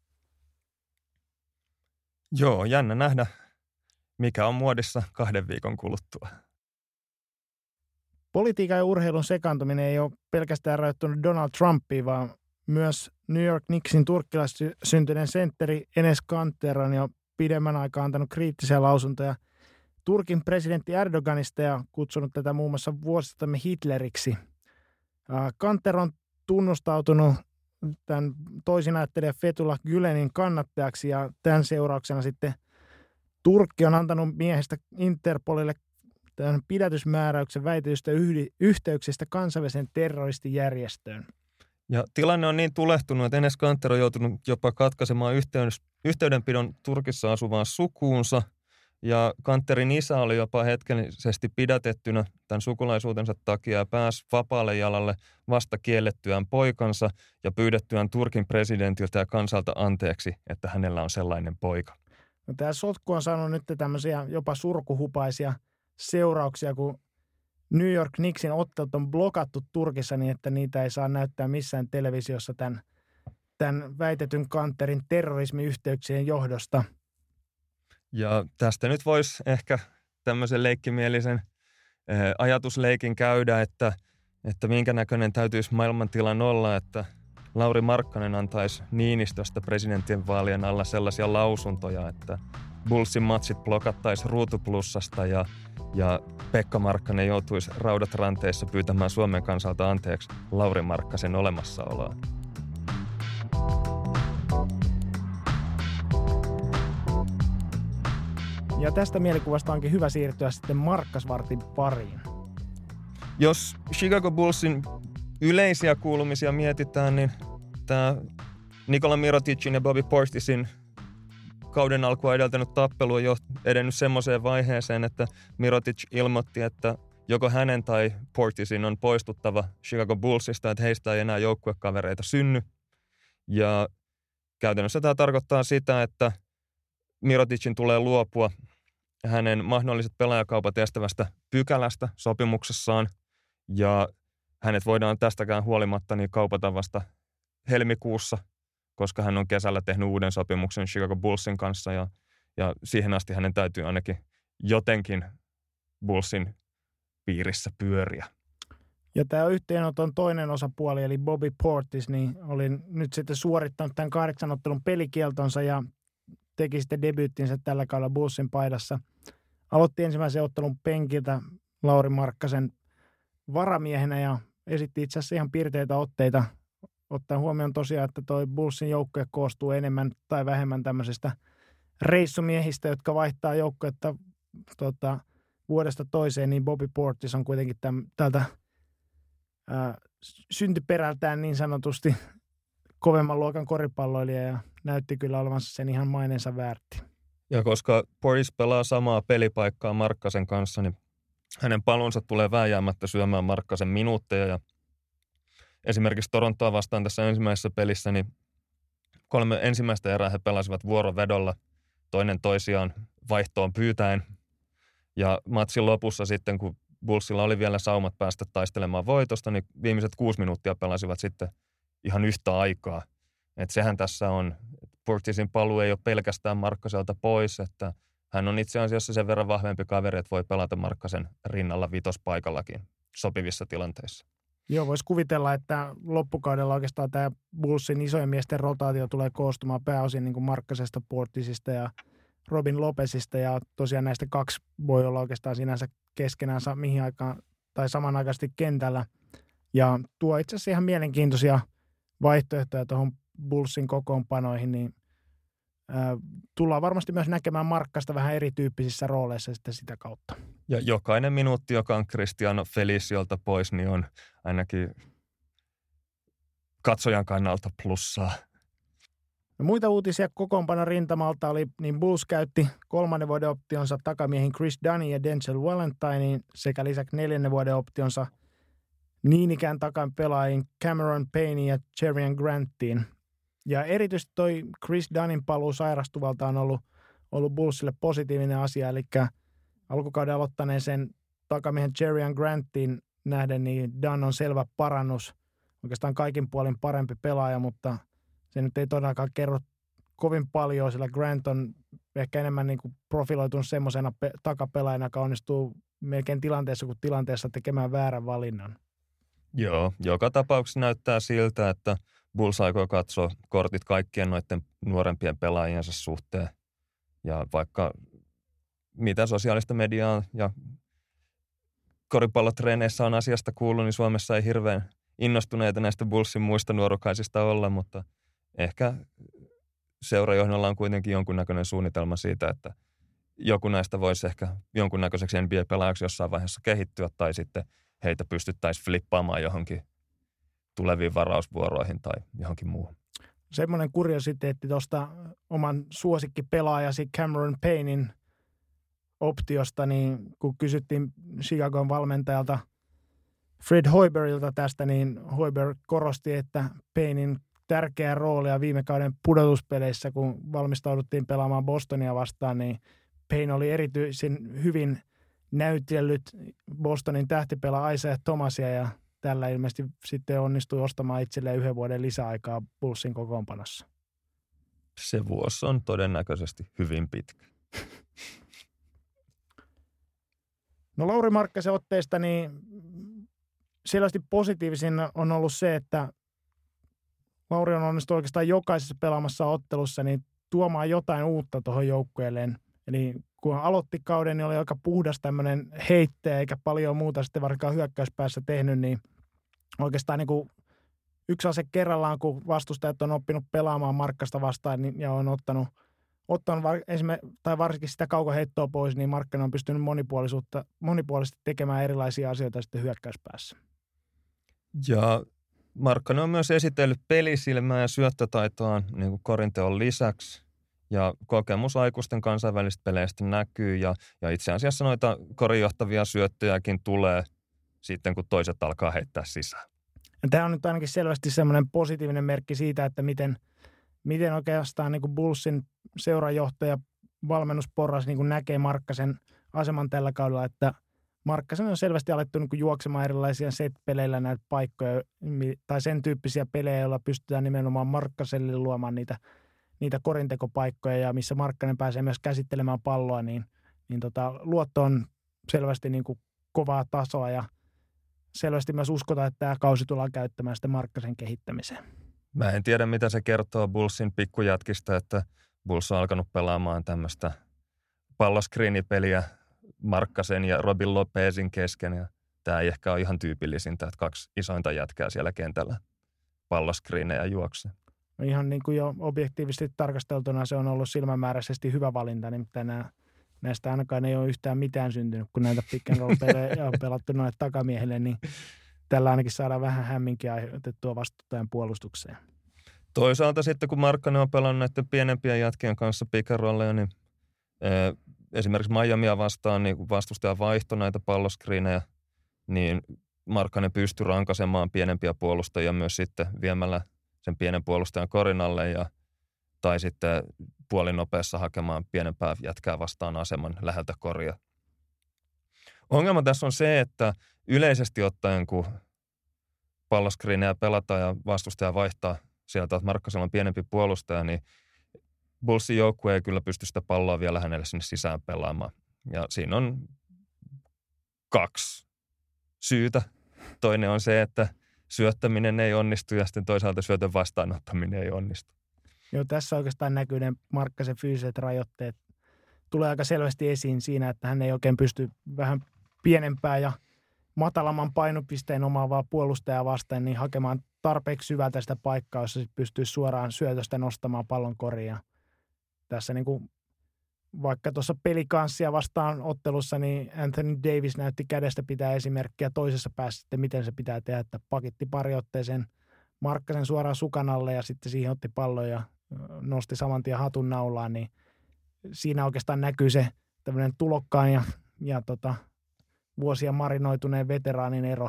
Joo, jännä nähdä, mikä on muodissa kahden viikon kuluttua. Politiikan ja urheilun sekaantuminen ei ole pelkästään rajoittunut Donald Trumpiin, vaan myös New York Knicksin turkkilaissyntyneen sentteri Enes Kanter on jo pidemmän aikaa antanut kriittisiä lausuntoja Turkin presidentti Erdoganista ja kutsunut tätä muun muassa vuosistamme Hitleriksi. Kanter on tunnustautunut tämän toisinäyttelijä Fethullah Gülenin kannattajaksi ja tämän seurauksena sitten Turkki on antanut miehestä Interpolille tämän pidätysmääräyksen väitetystä yhteyksistä kansainväliseen terroristijärjestöön. Ja tilanne on niin tulehtunut, että Enes Kanter on joutunut jopa katkaisemaan yhteydenpidon Turkissa asuvaan sukuunsa. Ja Kanterin isä oli jopa hetkellisesti pidätettynä tämän sukulaisuutensa takia ja pääsi vapaalle jalalle vasta kiellettyään poikansa ja pyydettyään Turkin presidentiltä ja kansalta anteeksi, että hänellä on sellainen poika. No, tämä sotku on saanut nyt tämmöisiä jopa surkuhupaisia seurauksia, kun New York Knicksin ottelut on blokattu Turkissa niin, että niitä ei saa näyttää missään televisiossa tämän, tämän väitetyn Kanterin terrorismiyhteyksien johdosta. Ja tästä nyt voisi ehkä tämmöisen leikkimielisen eh, ajatusleikin käydä, että, että minkä näköinen täytyisi maailmantilan olla, että Lauri Markkanen antaisi Niinistöstä presidentin vaalien alla sellaisia lausuntoja, että Bullsin matsit blokattaisi Ruutuplussasta ja, ja Pekka Markkanen joutuisi raudat ranteissa pyytämään Suomen kansalta anteeksi Lauri Markkasen olemassaoloa. Ja tästä mielikuvasta onkin hyvä siirtyä sitten Markkasvartin pariin. Jos Chicago Bullsin yleisiä kuulumisia mietitään, niin tämä Nikola Miroticin ja Bobby Portisin kauden alkua edeltänyt tappelu on jo edennyt semmoiseen vaiheeseen, että Mirotic ilmoitti, että joko hänen tai Portisin on poistuttava Chicago Bullsista, että heistä ei enää joukkuekavereita synny. Ja käytännössä tämä tarkoittaa sitä, että Miroticin tulee luopua hänen mahdolliset pelaajakaupat estävästä pykälästä sopimuksessaan ja hänet voidaan tästäkään huolimatta niin kaupata vasta helmikuussa, koska hän on kesällä tehnyt uuden sopimuksen Chicago Bullsin kanssa ja, ja siihen asti hänen täytyy ainakin jotenkin Bullsin piirissä pyöriä. Ja tämä yhteenoton toinen osapuoli, eli Bobby Portis, niin oli nyt sitten suorittanut tämän kahdeksan ottelun pelikieltonsa ja teki sitten debyyttinsä tällä kaudella Bullsin paidassa. Aloitti ensimmäisen ottelun penkiltä Lauri Markkasen varamiehenä ja esitti itse asiassa ihan piirteitä otteita. Ottaen huomioon tosiaan, että toi Bullsin joukkue koostuu enemmän tai vähemmän tämmöisistä reissumiehistä, jotka vaihtaa joukkuetta tota, vuodesta toiseen, niin Bobby Portis on kuitenkin täm, tältä ää, syntyperältään niin sanotusti kovemman luokan koripalloilija ja näytti kyllä olevansa sen ihan maineensa väärti. Ja koska Portis pelaa samaa pelipaikkaa Markkasen kanssa, niin hänen palunsa tulee vääjäämättä syömään Markkasen minuutteja. Ja esimerkiksi Torontoa vastaan tässä ensimmäisessä pelissä, niin kolme ensimmäistä erää he pelasivat vuorovedolla toinen toisiaan vaihtoon pyytäen. Ja matsin lopussa sitten, kun Bullsilla oli vielä saumat päästä taistelemaan voitosta, niin viimeiset kuusi minuuttia pelasivat sitten ihan yhtä aikaa. Että sehän tässä on, Portisin paluu ei ole pelkästään Markkaselta pois, että hän on itse asiassa sen verran vahvempi kaveri, että voi pelata Markkasen rinnalla vitospaikallakin sopivissa tilanteissa. Joo, voisi kuvitella, että loppukaudella oikeastaan tämä Bullsin isojen miesten rotaatio tulee koostumaan pääosin niin kuin Markkasesta, Portisista ja Robin Lopezista. Ja tosiaan näistä kaksi voi olla oikeastaan sinänsä keskenään mihin aikaan tai samanaikaisesti kentällä. Ja tuo itse asiassa ihan mielenkiintoisia vaihtoehtoja tuohon Bullsin kokoonpanoihin, niin ää, tullaan varmasti myös näkemään Markkasta vähän erityyppisissä rooleissa sitten sitä kautta. Ja jokainen minuutti, joka on Cristiano Feliciolta pois, niin on ainakin katsojan kannalta plussaa. No, muita uutisia kokoonpanon rintamalta oli, niin Bulls käytti kolmannen vuoden optionsa takamiehin Chris Dunnin ja Denzel Valentinein sekä lisäksi neljännen vuoden optionsa niin ikään takan pelaajiin Cameron Payne ja Jerian Grantiin. Ja erityisesti toi Chris Dunnin paluu sairastuvalta on ollut, ollut Bullsille positiivinen asia, eli alkukauden aloittaneeseen takamiehen Jerian Grantiin nähden, niin Dunn on selvä parannus. Oikeastaan kaikin puolin parempi pelaaja, mutta se nyt ei todellakaan kerro kovin paljon, sillä Grant on ehkä enemmän niin kuin profiloitunut semmoisena pe- takapelaajana, joka onnistuu melkein tilanteessa kuin tilanteessa tekemään väärän valinnan. Joo, joka tapauksessa näyttää siltä, että Bulls aikoo katsoa kortit kaikkien noiden nuorempien pelaajiensa suhteen. Ja vaikka mitä sosiaalista mediaa ja koripallotreeneissä on asiasta kuullut, niin Suomessa ei hirveän innostuneita näistä Bullsin muista nuorukaisista olla, mutta ehkä seurajohdolla on kuitenkin jonkunnäköinen suunnitelma siitä, että joku näistä voisi ehkä jonkunnäköiseksi N B A-pelaajaksi jossain vaiheessa kehittyä tai sitten heitä pystyttäisiin flippaamaan johonkin tuleviin varausvuoroihin tai johonkin muuhun. Semmoinen kuriositeetti tuosta oman suosikkipelaajasi Cameron Paynein optiosta, niin kun kysyttiin Chicagon valmentajalta Fred Hoiberilta tästä, niin Hoiber korosti, että Paynein tärkeää roolia viime kauden pudotuspeleissä, kun valmistauduttiin pelaamaan Bostonia vastaan, niin Payne oli erityisen hyvin näytellyt Bostonin tähtipelaa Isaiah Thomasia ja tällä ilmeisesti sitten onnistui ostamaan itselleen yhden vuoden lisäaikaa Bullsin kokoonpanossa. Se vuosi on todennäköisesti hyvin pitkä. No Lauri Markkasen otteesta niin selvästi positiivisin on ollut se, että Lauri on onnistunut oikeastaan jokaisessa pelaamassa ottelussa niin tuomaan jotain uutta tuohon joukkueelleen. Eli kun aloitti kauden, niin oli aika puhdas tämmöinen heittäjä, eikä paljon muuta sitten varsinkaan hyökkäyspäässä tehnyt, niin oikeastaan niin kuin yksi ase kerrallaan, kun vastustajat on oppinut pelaamaan Markkasta vastaan niin, ja on ottanut, ottanut var, tai varsinkin sitä kaukoheittoa pois, niin Markkanen on pystynyt monipuolisuutta, monipuolisesti tekemään erilaisia asioita sitten hyökkäyspäässä. Ja Markkanen on myös esitellyt pelisilmää ja syöttötaitoaan niin kuin korinteon lisäksi. Ja kokemus aikuisten kansainvälisistä peleistä näkyy ja, ja itse asiassa noita korinjohtavia syöttöjäkin tulee sitten, kun toiset alkaa heittää sisään. Ja tämä on nyt ainakin selvästi semmoinen positiivinen merkki siitä, että miten, miten oikeastaan niin kuin Bullsin seurajohtaja valmennusporras niin kuin näkee Markkasen aseman tällä kaudella, että Markkasen on selvästi alettu niin kuin juoksemaan erilaisia set-peleillä näitä paikkoja tai sen tyyppisiä pelejä, joilla pystytään nimenomaan Markkaselle luomaan niitä niitä korintekopaikkoja ja missä Markkanen pääsee myös käsittelemään palloa, niin, niin tota, luotto on selvästi niin kuin kovaa tasoa ja selvästi myös uskotaan, että tämä kausi tullaan käyttämään sitä Markkasen kehittämiseen. Mä en tiedä, mitä se kertoo Bullsin pikkujätkistä, että Bulls on alkanut pelaamaan tämmöistä palloskriinipeliä Markkasen ja Robin Lopezin kesken ja tämä ei ehkä ole ihan tyypillisintä, että kaksi isointa jätkää siellä kentällä palloskriinejä juoksee. Ihan niin kuin jo objektiivisesti tarkasteltuna se on ollut silmämääräisesti hyvä valinta, nimittäin nämä, näistä ainakaan ei ole yhtään mitään syntynyt, kun näitä pick and roll pelejä on pelattu noille takamiehille, niin tällä ainakin saadaan vähän hämminkiä aiheutettua vastustajan puolustukseen. Toisaalta sitten, kun Markkanen on pelannut näiden pienempien jätkien kanssa pick and rolleja, niin eh, esimerkiksi Miamia vastaan, niin kun vastustaja vaihtoi näitä palloskriinejä, niin Markkanen pystyi rankasemaan pienempiä puolustajia myös sitten viemällä sen pienen puolustajan korinalle ja, tai sitten puolinopeassa hakemaan pienempää jätkää vastaan aseman läheltä koria. Ongelma tässä on se, että yleisesti ottaen, kun palloskriinejä pelataan ja vastustaja vaihtaa sieltä, että Markkasella on pienempi puolustaja, niin Bullsin joukkue ei kyllä pysty sitä palloa vielä hänelle sinne sisään pelaamaan. Ja siinä on kaksi syytä. Toinen on se, että syöttäminen ei onnistu ja sitten toisaalta syötön vastaanottaminen ei onnistu. Joo, tässä oikeastaan näkyy ne Markkasen fyysiset rajoitteet. Tulee aika selvästi esiin siinä, että hän ei oikein pysty vähän pienempää ja matalamman painopisteen omaavaa puolustajaa vastaan, niin hakemaan tarpeeksi syvältä sitä paikkaa, jossa sit pystyy suoraan syötöstä nostamaan pallon koriin. Ja tässä niin kuin vaikka tuossa pelikanssia vastaan ottelussa, niin Anthony Davis näytti kädestä pitää esimerkkiä toisessa päässä sitten, miten se pitää tehdä, että pakitti pari otteeseen Markkasen suoraan sukan alle ja sitten siihen otti pallon ja nosti saman tien hatun naulaan, niin siinä oikeastaan näkyy se tämmöinen tulokkaan ja, ja tota, vuosia marinoituneen veteraanin ero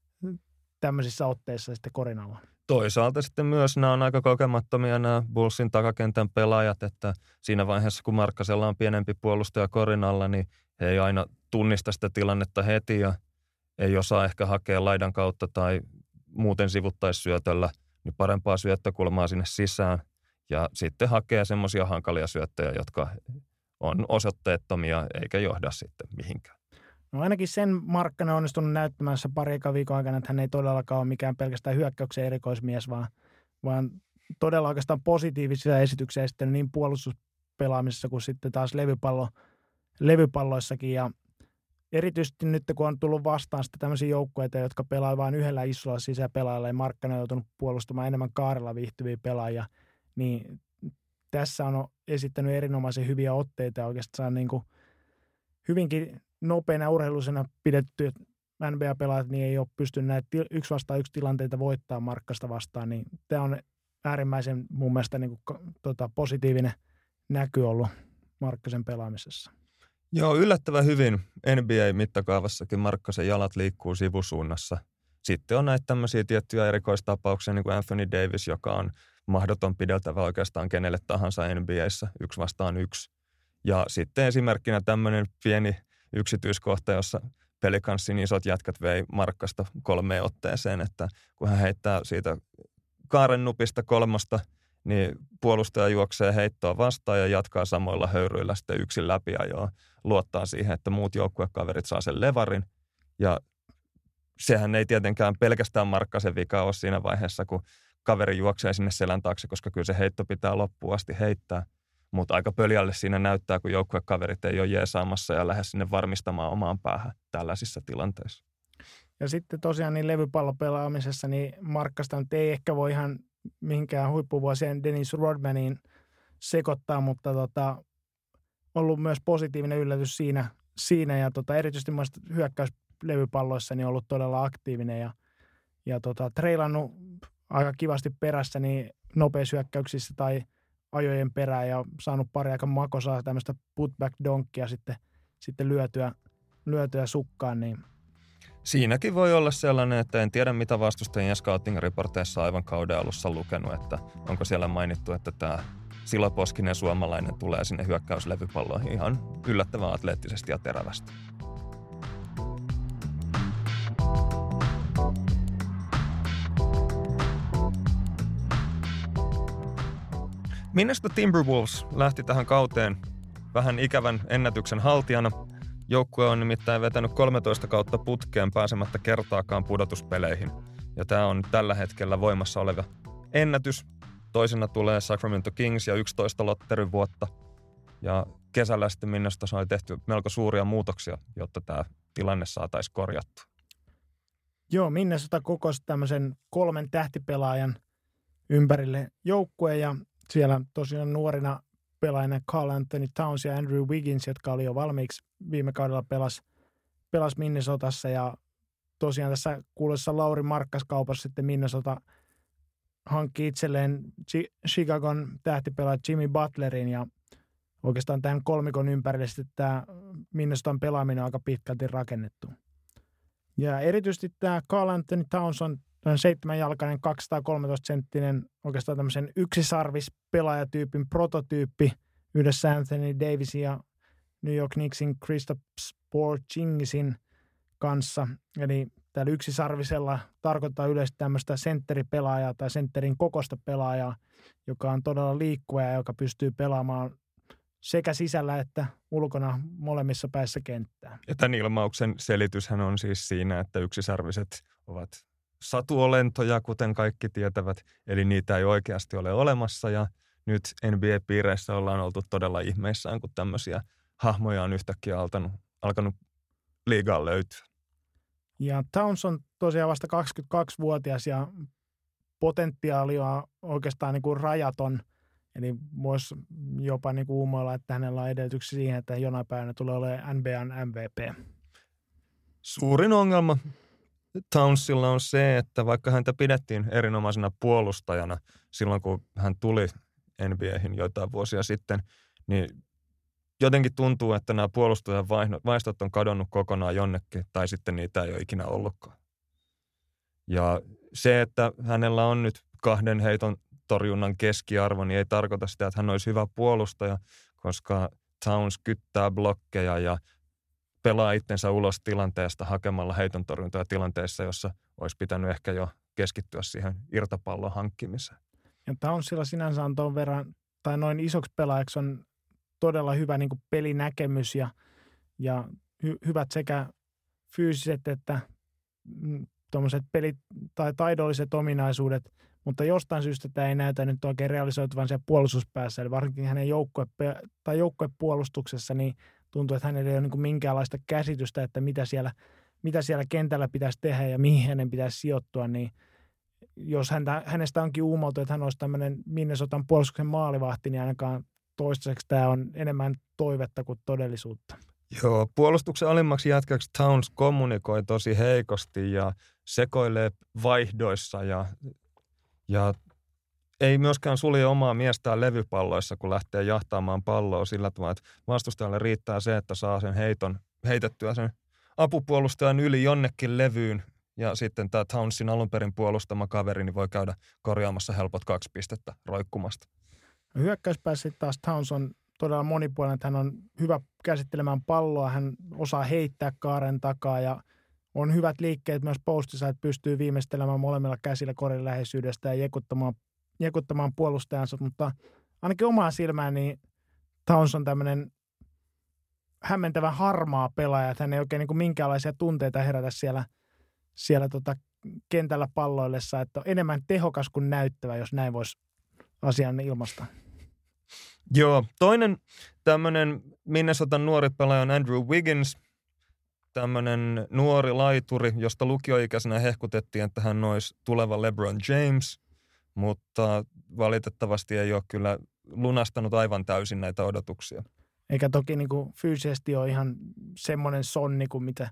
tämmöisissä otteissa sitten korin alla. Toisaalta sitten myös nämä on aika kokemattomia nämä Bullsin takakentän pelaajat, että siinä vaiheessa kun Markkasella on pienempi puolustaja korin alla, niin he ei aina tunnista sitä tilannetta heti ja ei osaa ehkä hakea laidan kautta tai muuten sivuttaissyötöllä niin parempaa syöttökulmaa sinne sisään ja sitten hakee semmoisia hankalia syöttöjä, jotka on osoitteettomia eikä johda sitten mihinkään. No ainakin sen Markkanen on onnistunut näyttämässä pari eka viikon aikana, että hän ei todellakaan ole mikään pelkästään hyökkäyksen erikoismies, vaan, vaan todella oikeastaan positiivisia esityksiä sitten niin puolustuspelaamisessa kuin sitten taas levypallo, levypalloissakin. Ja erityisesti nyt, kun on tullut vastaan sitten tämmöisiä joukkueita, jotka pelaa vain yhdellä isolla sisäpelaajalla ja Markkanen on joutunut puolustamaan enemmän kaarella viihtyviä pelaajia, niin tässä on esittänyt erinomaisen hyviä otteita ja oikeastaan niin kuin hyvinkin nopeana urheilusena pidetty N B A-pelaajat niin ei ole pystynyt näitä yksi vastaan yksi tilanteita voittaa Markkasta vastaan, niin tämä on äärimmäisen mun mielestä niin kuin, tota, positiivinen näky ollut Markkasen pelaamisessa. Joo, yllättävän hyvin N B A-mittakaavassakin Markkasen jalat liikkuu sivusuunnassa. Sitten on näitä tämmöisiä tiettyjä erikoistapauksia, niin kuin Anthony Davis, joka on mahdoton pideltävä oikeastaan kenelle tahansa N B A:ssä, yksi vastaan yksi. Ja sitten esimerkkinä tämmöinen pieni yksityiskohta, jossa Pelicansin isot jätkät vei Markkasta kolmeen otteeseen, että kun hän heittää siitä kaaren nupista kolmosta, niin puolustaja juoksee heittoa vastaan ja jatkaa samoilla höyryillä sitten yksin läpiajoa. Luottaa siihen, että muut joukkuekaverit saa sen levarin. Ja sehän ei tietenkään pelkästään Markkasen vika ole siinä vaiheessa, kun kaveri juoksee sinne selän taakse, koska kyllä se heitto pitää loppuun asti heittää. Mutta aika pöljälle siinä näyttää, kun joukkuekaverit ei ole jeesaamassa ja lähde sinne varmistamaan omaan päähän tällaisissa tilanteissa. Ja sitten tosiaan niin levypallopelaamisessa, niin Markkasta nyt ei ehkä voi ihan mihinkään huippuvuosien Dennis Rodmaniin sekoittaa, mutta tota, ollut myös positiivinen yllätys siinä, siinä ja tota, erityisesti hyökkäyslevypalloissa niin ollut todella aktiivinen ja, ja tota, treilannut aika kivasti perässä niin nopeissa hyökkäyksissä tai ajojen perään ja saanut pari aika makosaa tämmöistä putback donkia sitten, sitten lyötyä, lyötyä sukkaan. Niin. Siinäkin voi olla sellainen, että en tiedä mitä vastustajien scouting-reporteissa aivan kauden alussa lukenut, että onko siellä mainittu, että tämä siloposkinen suomalainen tulee sinne hyökkäyslevypalloihin ihan yllättävän atleettisesti ja terävästi. Minnesota Timberwolves lähti tähän kauteen vähän ikävän ennätyksen haltijana. Joukkue on nimittäin vetänyt kolmetoista kautta putkeen pääsemättä kertaakaan pudotuspeleihin. Ja tämä on tällä hetkellä voimassa oleva ennätys. Toisena tulee Sacramento Kings ja yksitoista lotterin vuotta. Ja kesällä sitten Minnesotassa on tehty melko suuria muutoksia, jotta tämä tilanne saataisiin korjattua. Joo, Minnesota kokosi tämmöisen kolmen tähtipelaajan ympärille joukkueen ja siellä tosiaan nuorina pelaajina Karl Anthony Towns ja Andrew Wiggins, jotka oli jo valmiiksi viime kaudella pelas, pelas Minnesotassa. Ja tosiaan tässä kuuluisessa Lauri Markkas-kaupassa sitten Minnesota hankki itselleen Chicagon tähtipelaaja Jimmy Butlerin. Ja oikeastaan tämän kolmikon ympärille sitten tämä Minnesotan pelaaminen on aika pitkälti rakennettu. Ja erityisesti tämä Karl Anthony Towns on seitsemänjalkainen, kaksisataakolmetoista senttinen, oikeastaan tämmöisen yksisarvispelaajatyypin prototyyppi yhdessä Anthony Davisin ja New York Knicksin Kristaps Porzinghisin kanssa. Eli täällä yksisarvisella tarkoittaa yleisesti tämmöistä sentteripelaajaa tai sentterin kokosta pelaajaa, joka on todella liikkuva ja joka pystyy pelaamaan sekä sisällä että ulkona molemmissa päissä kenttää. Ja tämän ilmauksen selityshän on siis siinä, että yksisarviset ovat satuolentoja, kuten kaikki tietävät, eli niitä ei oikeasti ole olemassa ja nyt N B A-piireissä ollaan oltu todella ihmeissään, kun tämmöisiä hahmoja on yhtäkkiä altanut, alkanut liigaan löytyä. Ja Towns on tosiaan vasta kaksikymmentäkaksivuotias ja potentiaali on oikeastaan niin kuin rajaton. Eli voisi jopa niin kuin uumoilla, että hänellä on edellytyksiä siihen, että jonain päivänä tulee olemaan N B A:n M V P. Suurin ongelma Townsilla on se, että vaikka häntä pidettiin erinomaisena puolustajana silloin, kun hän tuli N B A:hin joitain vuosia sitten, niin jotenkin tuntuu, että nämä puolustajan vaistot on kadonnut kokonaan jonnekin, tai sitten niitä ei ole ikinä ollutkaan. Ja se, että hänellä on nyt kahden heiton torjunnan keskiarvo, niin ei tarkoita sitä, että hän olisi hyvä puolustaja, koska Towns kyttää blokkeja ja pelaa itsensä ulos tilanteesta hakemalla heiton torjuntaa tilanteessa, jossa olisi pitänyt ehkä jo keskittyä siihen irtopallon hankkimiseen. Ja Townsilla sinänsä on tuon verran, tai noin isoksi pelaajaksi on todella hyvä niin kuin pelinäkemys ja, ja hy, hyvät sekä fyysiset että mm, tuommoiset pelit tai taidolliset ominaisuudet, mutta jostain syystä tämä ei näytä nyt oikein realisoituvan siellä puolustuspäässä, eli varsinkin hänen joukkue- tai joukkuepuolustuksessa, niin tuntuu, että hänellä ei ole niin kuin minkäänlaista käsitystä, että mitä siellä, mitä siellä kentällä pitäisi tehdä ja mihin hänen pitäisi sijoittua, niin jos häntä, hänestä onkin uumoiltu, että hän olisi tämmöinen Minnesotan puolustuksen maalivahti, niin ainakaan toistaiseksi tämä on enemmän toivetta kuin todellisuutta. Joo, puolustuksen alimmaksi jätkäksi Towns kommunikoi tosi heikosti ja sekoilee vaihdoissa ja, ja ei myöskään sulje omaa miestään levypalloissa, kun lähtee jahtaamaan palloa sillä tavalla, että vastustajalle riittää se, että saa sen heiton, heitettyä sen apupuolustajan yli jonnekin levyyn ja sitten tämä Townsin alun perin puolustama kaveri niin voi käydä korjaamassa helpot kaksi pistettä roikkumasta. Hyökkäyspäässä sitten taas Towns on todella monipuolinen, että hän on hyvä käsittelemään palloa, hän osaa heittää kaaren takaa ja on hyvät liikkeet myös postissa, että pystyy viimeistelemään molemmilla käsillä korin läheisyydestä ja jekuttamaan, jekuttamaan puolustajansa, mutta ainakin omaa silmään niin Towns on tämmöinen hämmentävän harmaa pelaaja, että hän ei oikein niin kuin minkäänlaisia tunteita herätä siellä, siellä tota kentällä palloillessa, että on enemmän tehokas kuin näyttävä, jos näin voisi asian ilmasta. Joo, toinen tämmöinen Minnesotan nuori pelaaja on Andrew Wiggins, tämmöinen nuori laituri, josta lukioikäisenä hehkutettiin, että hän olisi tuleva LeBron James, mutta valitettavasti ei ole kyllä lunastanut aivan täysin näitä odotuksia. Eikä toki niin kuin fyysisesti ole ihan semmoinen sonni kuin mitä,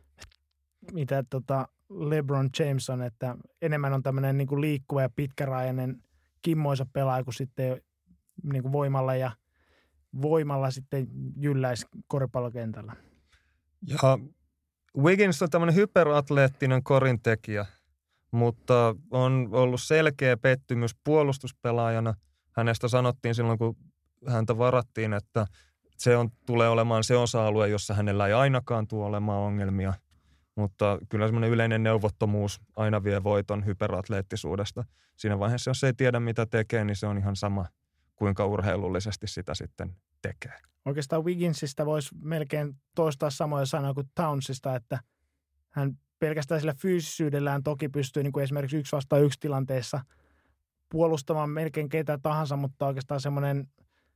mitä tota LeBron James on, että enemmän on tämmöinen niin kuin liikkuva ja pitkärajainen kimmoisa pelaaja kuin sitten niin kuin voimalla ja voimalla sitten jylläisi koripallokentällä. Ja Wiggins on tämmöinen hyperatleettinen korintekijä, mutta on ollut selkeä pettymys puolustuspelaajana. Hänestä sanottiin silloin, kun häntä varattiin, että se on, tulee olemaan se osa-alue, jossa hänellä ei ainakaan tule olemaan ongelmia. Mutta kyllä semmoinen yleinen neuvottomuus aina vie voiton hyperatleettisuudesta. Siinä vaiheessa, jos ei tiedä mitä tekee, niin se on ihan sama, kuinka urheilullisesti sitä sitten tekee. Oikeastaan Wigginsistä voisi melkein toistaa samoja sanoja kuin Townsista, että hän pelkästään sillä fyysisyydellään toki pystyy niin kuin esimerkiksi yksi vastaan yksi tilanteessa puolustamaan melkein ketä tahansa, mutta oikeastaan semmoinen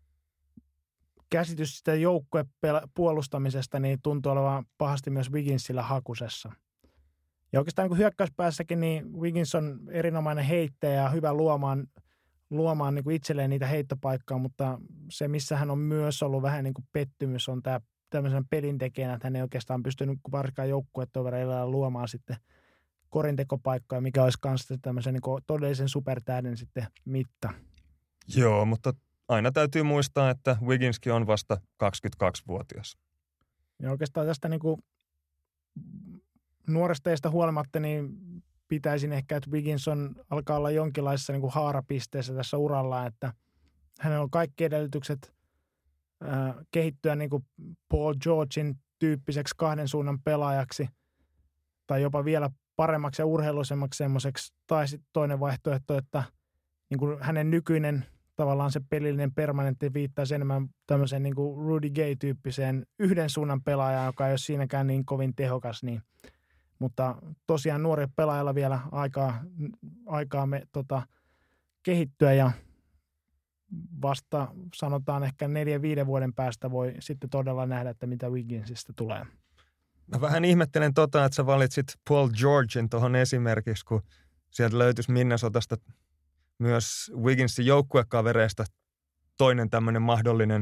käsitys sitä joukkuepuolustamisesta niin tuntuu olevan pahasti myös Wigginsillä hakusessa. Ja oikeastaan niin kuin hyökkäyspäässäkin niin Wiggins on erinomainen heittäjä ja hyvä luomaan, luomaan niin kuin itselleen niitä heittopaikkaa, mutta se, missä hän on myös ollut vähän niin kuin pettymys, on tämä tämmöisen pelintekijänä, että hän ei oikeastaan pystynyt varsinkaan joukkuetovereilla luomaan sitten korintekopaikkaa, mikä olisi kanssa tämmöisen niin kuin todellisen supertähden sitten mitta. Joo, mutta aina täytyy muistaa, että Wigginskin on vasta kaksikymmentäkaksivuotias. Ja oikeastaan tästä niin kuin nuoresta iästä huolimatta, niin pitäisin ehkä, että Wiggins on, alkaa olla jonkinlaisessa niin kuin haarapisteessä tässä urallaan, että hänellä on kaikki edellytykset äh, kehittyä niin kuin Paul Georgein tyyppiseksi kahden suunnan pelaajaksi, tai jopa vielä paremmaksi ja urheiluisemmaksi semmoiseksi. Tai sitten toinen vaihtoehto, että niin kuin hänen nykyinen tavallaan se pelillinen permanentti viittaisi enemmän tämmöiseen niin kuin Rudy Gay-tyyppiseen yhden suunnan pelaajaan, joka ei ole siinäkään niin kovin tehokas. Niin. Mutta tosiaan nuori pelaajalla vielä aikaa, aikaa me, tota, kehittyä ja vasta sanotaan ehkä neljän viiden vuoden päästä voi sitten todella nähdä, että mitä Wigginsistä tulee. Mä vähän ihmettelen tota, että sä valitsit Paul Georgen tuohon esimerkiksi, kun sieltä löytyisi Minnesotasta myös Wigginsin joukkuekavereista toinen tämmöinen mahdollinen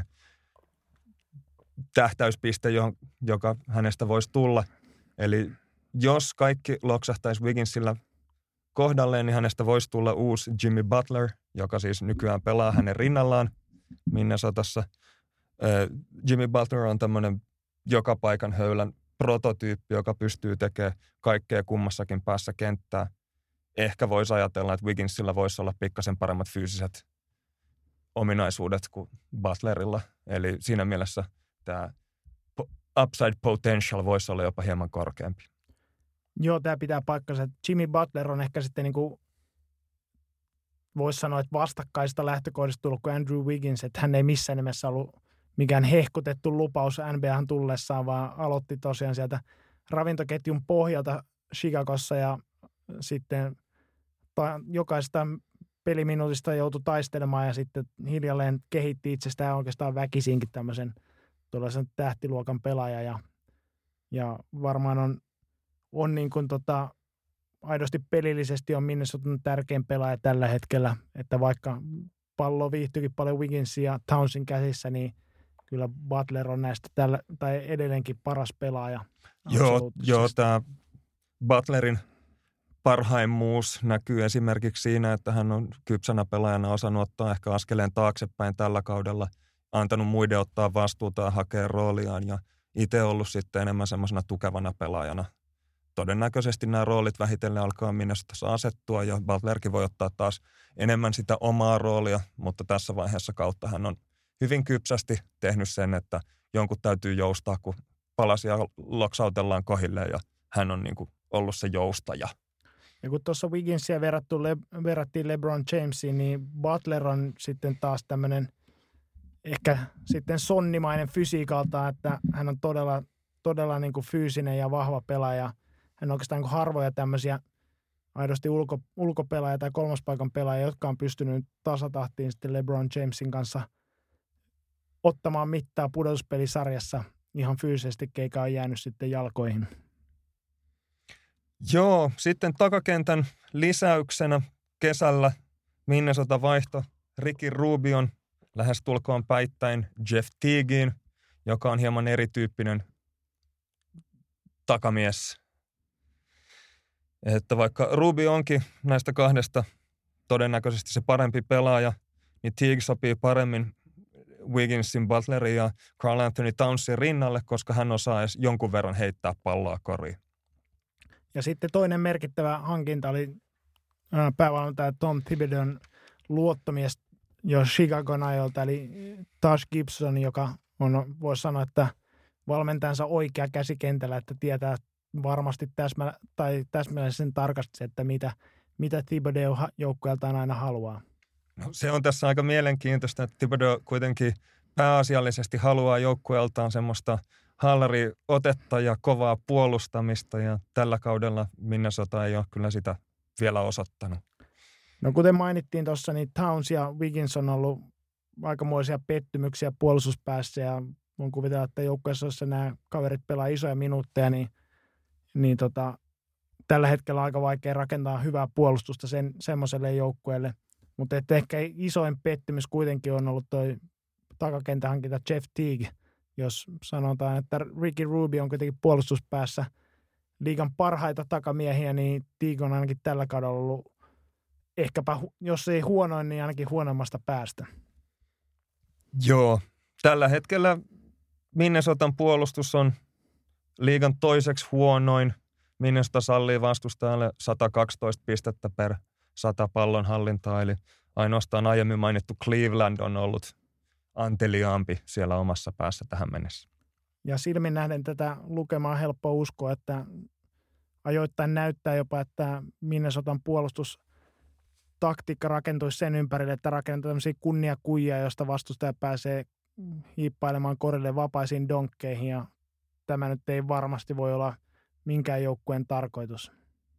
tähtäyspiste, joka hänestä voisi tulla. Eli jos kaikki loksahtaisi Wigginsillä kohdalleen, niin hänestä voisi tulla uusi Jimmy Butler, joka siis nykyään pelaa hänen rinnallaan Minnesotassa. Jimmy Butler on tämmöinen joka paikan höylän prototyyppi, joka pystyy tekemään kaikkea kummassakin päässä kenttää. Ehkä voisi ajatella, että Wigginsillä voisi olla pikkasen paremmat fyysiset ominaisuudet kuin Butlerilla. Eli siinä mielessä tämä upside potential voisi olla jopa hieman korkeampi. Joo, tämä pitää paikkansa. Jimmy Butler on ehkä sitten niin kuin, voisi sanoa, että vastakkaista lähtökohdista tullut kuin Andrew Wiggins, että hän ei missään nimessä ollut mikään hehkutettu lupaus N B A:han tullessaan, vaan aloitti tosiaan sieltä ravintoketjun pohjalta Chicagossa ja sitten ta- jokaisesta peliminuutista joutui taistelemaan ja sitten hiljalleen kehitti itsestään oikeastaan väkisinkin tämmöisen tuollaisen tähtiluokan pelaaja ja, ja varmaan on, on niin kuin tota, aidosti pelillisesti on Minnesotan tärkein pelaaja tällä hetkellä, että vaikka pallo viihtyikin paljon Wigginsin ja Townsin käsissä, niin kyllä Butler on näistä tällä, tai edelleenkin paras pelaaja. Joo, joo tämä Butlerin parhaimmuus näkyy esimerkiksi siinä, että hän on kypsänä pelaajana osannut ottaa ehkä askeleen taaksepäin tällä kaudella, antanut muiden ottaa vastuuta ja hakea rooliaan ja itse ollut sitten enemmän semmoisena tukevana pelaajana. Todennäköisesti nämä roolit vähitellen alkaa Minnesotassa asettua ja Butlerkin voi ottaa taas enemmän sitä omaa roolia, mutta tässä vaiheessa kautta hän on hyvin kypsästi tehnyt sen, että jonkun täytyy joustaa, kun palasia loksautellaan kohilleen ja hän on niin kuin ollut se joustaja. Ja kun tuossa Wigginsia verrattu, le, verrattiin LeBron Jamesiin, niin Butler on sitten taas tämmöinen ehkä sitten sonnimainen fysiikalta, että hän on todella, todella niin kuin fyysinen ja vahva pelaaja. Hän on oikeastaan niin kuin harvoja tämmöisiä aidosti ulko, ulkopelaajia tai kolmospaikan pelaajia, jotka on pystynyt tasatahtiin sitten LeBron Jamesin kanssa ottamaan mittaa pudotuspelisarjassa ihan fyysisesti, eikä ole jäänyt sitten jalkoihin. Joo, sitten takakentän lisäyksenä kesällä Minnesota vaihto Ricky Rubion lähestulkoon päittäin Jeff Teagueen, joka on hieman erityyppinen takamies. Että vaikka Rubio onkin näistä kahdesta todennäköisesti se parempi pelaaja, niin Teague sopii paremmin Wigginsin, Butlerin ja Karl Anthony Townsin rinnalle, koska hän osaa edes jonkun verran heittää palloa koriin. Ja sitten toinen merkittävä hankinta oli päävalmentaja Tom Thibodeau'n luottomies jo Chicagon ajolta, eli Taj Gibson, joka on, voisi sanoa, että valmentajansa oikea käsi kentällä, että tietää varmasti täsmä, tai täsmällisen tarkasti, että mitä, mitä Thibodeau joukkueeltaan aina haluaa. No, se on tässä aika mielenkiintoista, että Thibodeau kuitenkin pääasiallisesti haluaa joukkueeltaan semmoista hallariotetta ja kovaa puolustamista, ja tällä kaudella Minnesota ei ole kyllä sitä vielä osoittanut. No kuten mainittiin tuossa, niin Towns ja Wiggins on ollut aikamoisia pettymyksiä puolustuspäässä, ja voin kuvitella, että joukkueessa, jossa nämä kaverit pelaa isoja minuutteja, niin, niin tota, tällä hetkellä on aika vaikea rakentaa hyvää puolustusta sen, semmoiselle joukkueelle. Mutta ehkä isoin pettymys kuitenkin on ollut toi takakentähankinta Jeff Teague, jos sanotaan, että Ricky Rubio on kuitenkin puolustuspäässä liigan parhaita takamiehiä, niin Teague on ainakin tällä kaudella ollut ehkäpä, jos ei huonoin, niin ainakin huonoimmasta päästä. Joo, tällä hetkellä Minnesotan puolustus on liigan toiseksi huonoin. Minnesota sallii vastustajalle sata kaksitoista pistettä per sata pallon hallintaa, eli ainoastaan aiemmin mainittu Cleveland on ollut anteliaampi siellä omassa päässä tähän mennessä. Ja silmin nähden tätä lukemaa on helppo uskoa, että ajoittain näyttää jopa, että Minnesotan puolustustaktiikka rakentuisi sen ympärille, että rakennetaan tämmöisiä kunniakujia, josta vastustaja pääsee hiippailemaan korille vapaisiin donkkeihin, ja tämä nyt ei varmasti voi olla minkään joukkueen tarkoitus.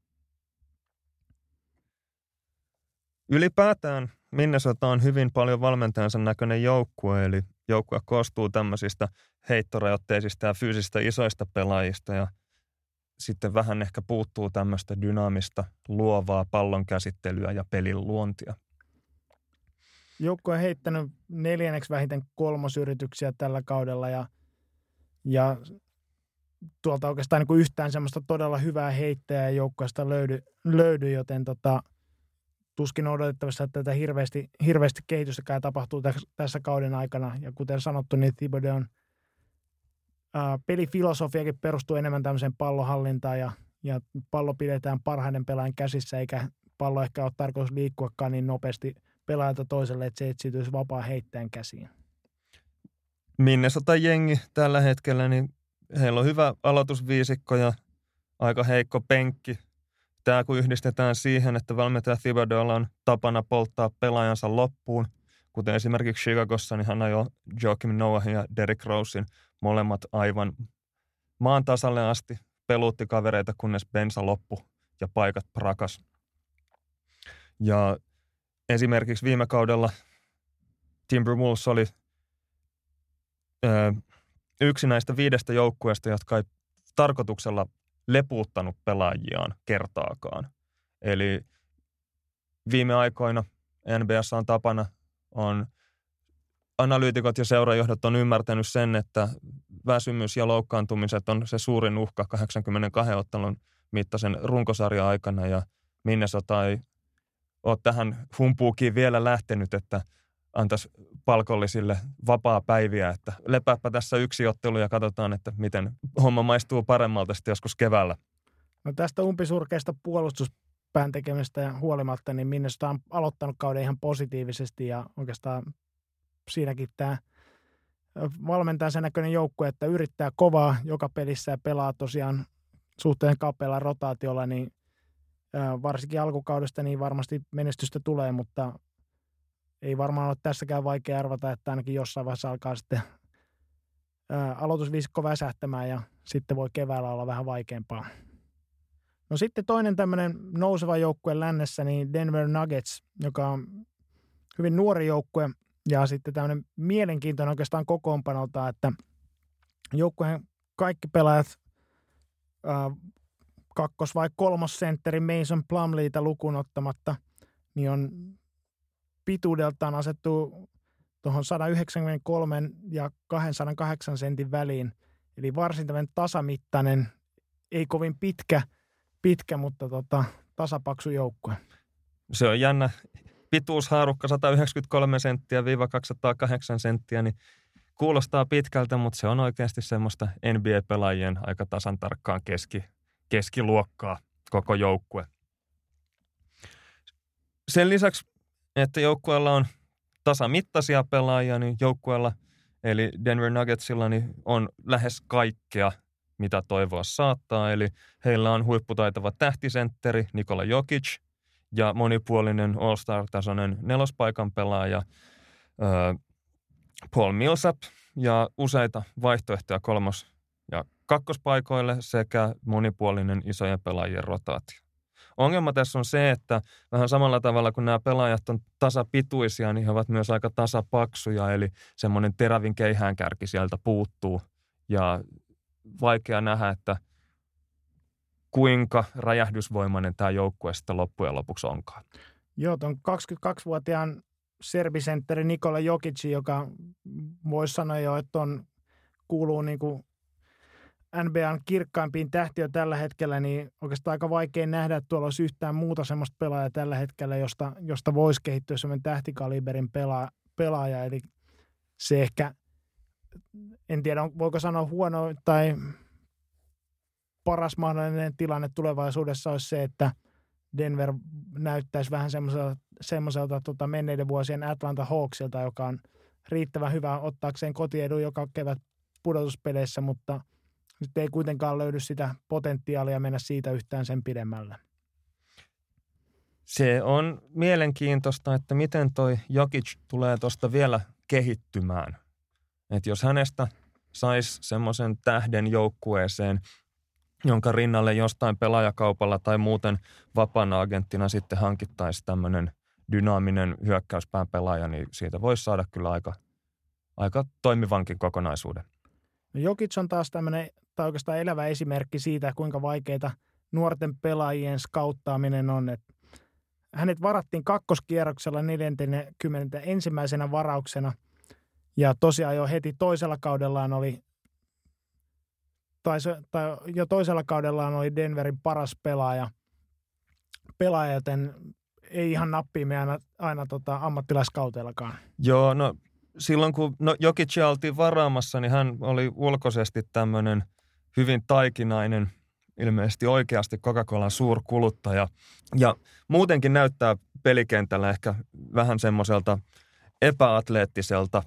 Ylipäätään Minnesota on hyvin paljon valmentajansa näköinen joukkue, eli joukkue koostuu tämmöisistä heittorajoitteisista ja fyysisistä isoista pelaajista, ja sitten vähän ehkä puuttuu tämmöistä dynaamista, luovaa pallon käsittelyä ja pelin luontia. Joukkue on heittänyt neljänneksi vähiten kolmosyrityksiä tällä kaudella, ja, ja tuolta oikeastaan niin kuin yhtään semmoista todella hyvää heittäjää joukkueesta löydy, löydy, joten tota, tuskin odotettavissa, että tätä hirveästi, hirveästi kehitystäkään tapahtuu tässä kauden aikana. Ja kuten sanottu, niin Thibodeau'n ää, pelifilosofiakin perustuu enemmän tämmöiseen pallonhallintaan, ja, ja pallo pidetään parhaiden pelaajan käsissä, eikä pallo ehkä ole tarkoitus liikkuakaan niin nopeasti pelaajalta toiselle, että se etsiytyisi vapaa heittäjän käsiin. Minnesota jengi tällä hetkellä, niin heillä on hyvä aloitusviisikko ja aika heikko penkki. Tämä kun yhdistetään siihen, että valmentaja Thibodeaulla on tapana polttaa pelaajansa loppuun, kuten esimerkiksi Chicagossa, niin hän ajoi Joakim Noahin ja Derrick Rosen molemmat aivan maan tasalle asti, peluutti kavereita, kunnes bensa loppu ja paikat prakas. Ja esimerkiksi viime kaudella Timberwolves oli ö, yksi näistä viidestä joukkueesta, jotka ei tarkoituksella lepuuttanut pelaajiaan kertaakaan. Eli viime aikoina N B A:ssa on tapana, on analyytikot ja seurajohdot on ymmärtänyt sen, että väsymys ja loukkaantumiset on se suurin uhka kahdeksankymmentäkaksi ottelun mittaisen runkosarjan aikana, ja Minnesota ei ole tähän humpuukiin vielä lähtenyt, että antaisi palkollisille vapaa päiviä, että lepääpä tässä yksi ottelu ja katsotaan, että miten homma maistuu paremmalta sitten joskus keväällä. No tästä umpisurkeista puolustuspään tekemistä ja huolimatta, niin Minnesota on aloittanut kauden ihan positiivisesti, ja oikeastaan siinäkin tämä valmentaa sen näköinen joukkue, että yrittää kovaa joka pelissä ja pelaa tosiaan suhteen kapealla rotaatiolla, niin varsinkin alkukaudesta niin varmasti menestystä tulee, mutta ei varmaan ole tässäkään vaikea arvata, että ainakin jossain vaiheessa alkaa sitten ää, aloitusviisikko väsähtämään, ja sitten voi keväällä olla vähän vaikeampaa. No sitten toinen tämmöinen nouseva joukkue lännessä, niin Denver Nuggets, joka on hyvin nuori joukkue, ja sitten tämmöinen mielenkiintoinen oikeastaan kokoonpanolta, että joukkueen kaikki pelaajat ää, kakkos- vai kolmossentteri Mason Plumleeta lukuun ottamatta, niin on pituudeltaan asettuu tuohon sata yhdeksänkymmentäkolme ja kaksisataakahdeksan sentin väliin. Eli varsin tämmöinen tasamittainen, ei kovin pitkä, pitkä mutta tota, tasapaksu joukkue. Se on jännä. Pituushaarukka sata yhdeksänkymmentäkolme senttiä viiva kaksisataakahdeksan senttiä, niin kuulostaa pitkältä, mutta se on oikeasti semmoista N B A-pelaajien aika tasan tarkkaan keski, keskiluokkaa koko joukkue. Sen lisäksi, että joukkueella on tasamittaisia pelaajia, niin joukkueella, eli Denver Nuggetsilla, niin on lähes kaikkea, mitä toivoa saattaa. Eli heillä on huipputaitava tähtisentteri Nikola Jokic ja monipuolinen All-Star-tasoinen nelospaikan pelaaja äh, Paul Millsap ja useita vaihtoehtoja kolmos- ja kakkospaikoille sekä monipuolinen isojen pelaajien rotaatio. Ongelma tässä on se, että vähän samalla tavalla kun nämä pelaajat on tasapituisia, niin he ovat myös aika tasapaksuja, eli semmoinen terävin keihäänkärki sieltä puuttuu. Ja vaikea nähdä, että kuinka räjähdysvoimainen tämä joukkue sitten loppujen lopuksi onkaan. Joo, tuon kaksikymmentäkaksivuotiaan serbisentteri Nikola Jokic, joka voisi sanoa jo, että on, kuuluu niin kuin N B A:n kirkkaimpiin tähtiö tällä hetkellä, niin oikeastaan aika vaikea nähdä, että tuolla olisi yhtään muuta semmoista pelaajaa tällä hetkellä, josta, josta voisi kehittyä semmoinen tähtikaliberin pelaaja, pelaaja. Eli se ehkä, en tiedä voiko sanoa huono tai paras mahdollinen tilanne tulevaisuudessa olisi se, että Denver näyttäisi vähän semmoiselta, semmoiselta tota menneiden vuosien Atlanta Hawksilta, joka on riittävän hyvä ottaakseen kotiedun joka kevät pudotuspeleissä, mutta nyt ei kuitenkaan löydy sitä potentiaalia mennä siitä yhtään sen pidemmälle. Se on mielenkiintoista, että miten toi Jokic tulee tuosta vielä kehittymään. Että jos hänestä saisi semmoisen tähden joukkueeseen, jonka rinnalle jostain pelaajakaupalla tai muuten vapaana agenttina sitten hankittaisi tämmöinen dynaaminen hyökkäyspään pelaaja, niin siitä voisi saada kyllä aika, aika toimivankin kokonaisuuden. No Jokic on taas tämmöinen, tai oikeastaan elävä esimerkki siitä, kuinka vaikeita nuorten pelaajien skauttaaminen on. Et hänet varattiin kakkoskierroksella neljäskymmenesensimmäisenä varauksena, ja tosiaan jo heti toisella kaudellaan oli, tai, tai jo toisella kaudellaan oli Denverin paras pelaaja, pelaaja joten ei ihan nappiimme aina, aina tota ammattilaiskauteellakaan. Joo, no silloin kun no, Jokicia oltiin varaamassa, niin hän oli ulkoisesti tämmöinen hyvin taikinainen, ilmeisesti oikeasti Coca-Colan suurkuluttaja. Ja muutenkin näyttää pelikentällä ehkä vähän semmoiselta epäatleettiselta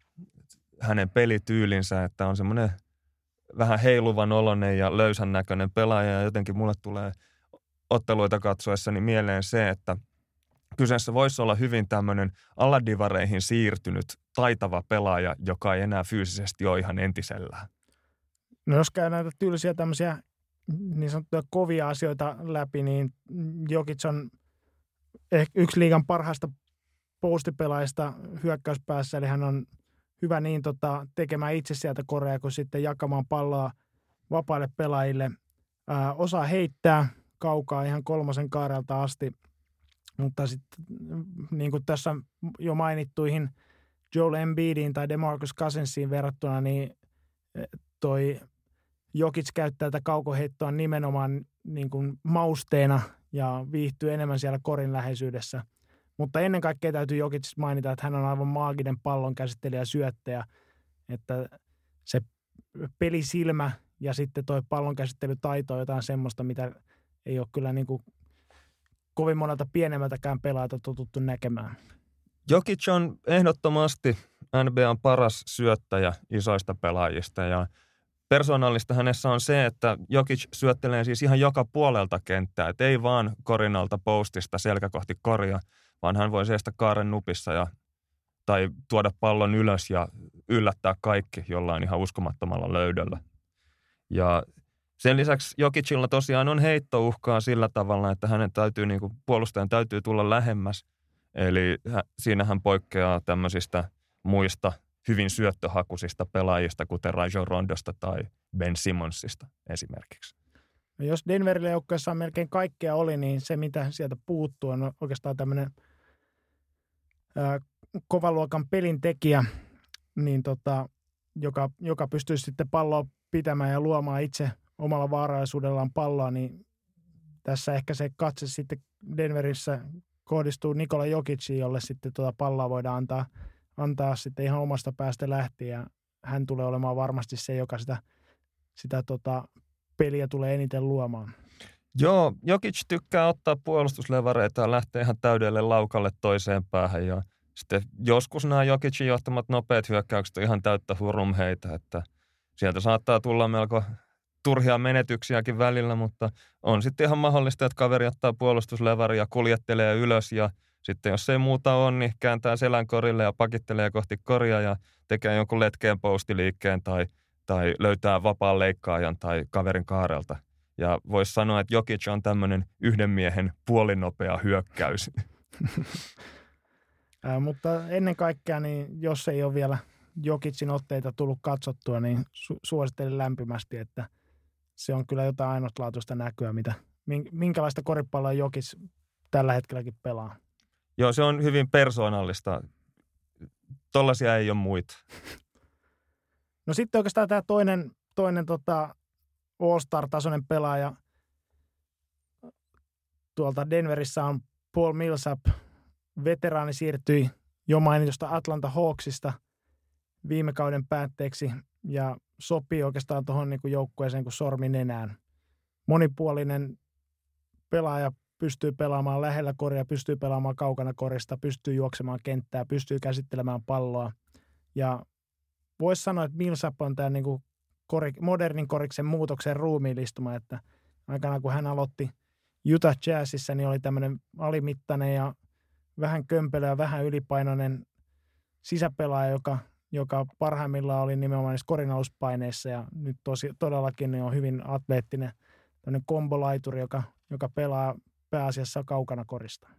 hänen pelityylinsä, että on semmoinen vähän heiluvan oloinen ja löysän näköinen pelaaja. Ja jotenkin mulle tulee otteluita katsoessani mieleen se, että kyseessä voisi olla hyvin tämmöinen aladivareihin siirtynyt taitava pelaaja, joka ei enää fyysisesti ole ihan entisellään. No jos käy näitä tylsiä tämmöisiä niin sanottuja kovia asioita läpi, niin Jokic on yksi liigan parhaista postipelaajista hyökkäyspäässä, eli hän on hyvä niin tota, tekemään itse sieltä korea, kun sitten jakamaan palloa vapaille pelaajille. Ää, osaa heittää kaukaa ihan kolmosen kaarelta asti, mutta sitten niin kuin tässä jo mainittuihin Joel Embiidiin tai DeMarcus Cousinsiin verrattuna, niin toi Jokic käyttää tätä kaukoheittoa nimenomaan niin kuin mausteena ja viihtyy enemmän siellä korin läheisyydessä. Mutta ennen kaikkea täytyy Jokic mainita, että hän on aivan maaginen pallon käsittelijä ja syöttäjä, että se pelisilmä ja sitten toi pallon käsittelytaito on jotain semmoista, mitä ei ole kyllä niin kuin kovin monelta pienemmältäkään pelaajalta totuttu näkemään. Jokic on ehdottomasti N B A:n paras syöttäjä isoista pelaajista ja persoonallista hänessä on se, että Jokic syöttelee siis ihan joka puolelta kenttää, et ei vaan korinalta postista selkä kohti koria, vaan hän voi seistä kaaren nupissa ja, tai tuoda pallon ylös ja yllättää kaikki jollain ihan uskomattomalla löydöllä. Ja sen lisäksi Jokicilla tosiaan on heittouhkaa sillä tavalla, että hänen täytyy, niin kuin puolustajan täytyy tulla lähemmäs. Eli siinä hän poikkeaa tämmöisistä muista hyvin syöttöhakuisista pelaajista, kuten Rajon Rondosta tai Ben Simmonsista esimerkiksi. No jos Denverille joukkueessa melkein kaikkea oli, niin se mitä sieltä puuttuu on oikeastaan tämmöinen ää, kovaluokan pelintekijä, niin tota, joka, joka pystyisi sitten palloa pitämään ja luomaan itse omalla vaaraisuudellaan palloa, niin tässä ehkä se katse sitten Denverissä kohdistuu Nikola Jokiciin, jolle sitten tuota palloa voidaan antaa, antaa sitten ihan omasta päästä lähtien, ja hän tulee olemaan varmasti se, joka sitä, sitä tota peliä tulee eniten luomaan. Joo, Jokic tykkää ottaa puolustuslevareita ja lähtee ihan täydelle laukalle toiseen päähän, ja sitten joskus nämä Jokicin johtamat nopeat hyökkäykset on ihan täyttä hurumheitä, että sieltä saattaa tulla melko turhia menetyksiäkin välillä, mutta on sitten ihan mahdollista, että kaveri ottaa puolustuslevaria ja kuljettelee ylös ja sitten jos ei muuta ole, niin kääntää selän korille ja pakittelee kohti koria ja tekee jonkun letkeen postiliikkeen tai, tai löytää vapaan leikkaajan tai kaverin kaarelta. Ja voisi sanoa, että Jokic on tämmöinen yhden miehen puolinopea hyökkäys. Ää, mutta ennen kaikkea, niin jos ei ole vielä Jokicin otteita tullut katsottua, niin su- suosittelen lämpimästi, että se on kyllä jotain ainutlaatuista näkyä, mitä, minkälaista koripalloa Jokic tällä hetkelläkin pelaa. Joo, se on hyvin persoonallista. Tollaisia ei ole muita. No sitten oikeastaan tämä toinen, toinen tota All-Star-tasoinen pelaaja tuolta Denverissä on Paul Millsap. Veteraani siirtyi jo mainitusta Atlanta Hawksista viime kauden päätteeksi ja sopii oikeastaan tuohon niin kuin joukkueeseen kuin sormi nenään. Monipuolinen pelaaja, pystyy pelaamaan lähellä koria, pystyy pelaamaan kaukana korista, pystyy juoksemaan kenttää, pystyy käsittelemään palloa. Ja voisi sanoa, että Millsap on tämä niin kuin korik, modernin koriksen muutoksen ruumiillistuma, että aikana kun hän aloitti Utah Jazzissa, niin oli tämmöinen alimittainen ja vähän kömpelö ja vähän ylipainoinen sisäpelaaja, joka, joka parhaimmillaan oli nimenomaan niissä korinaluspaineissa ja nyt tosi, todellakin niin on hyvin atleettinen tämmöinen kombolaituri, joka, joka pelaa pääasiassa kaukana korista.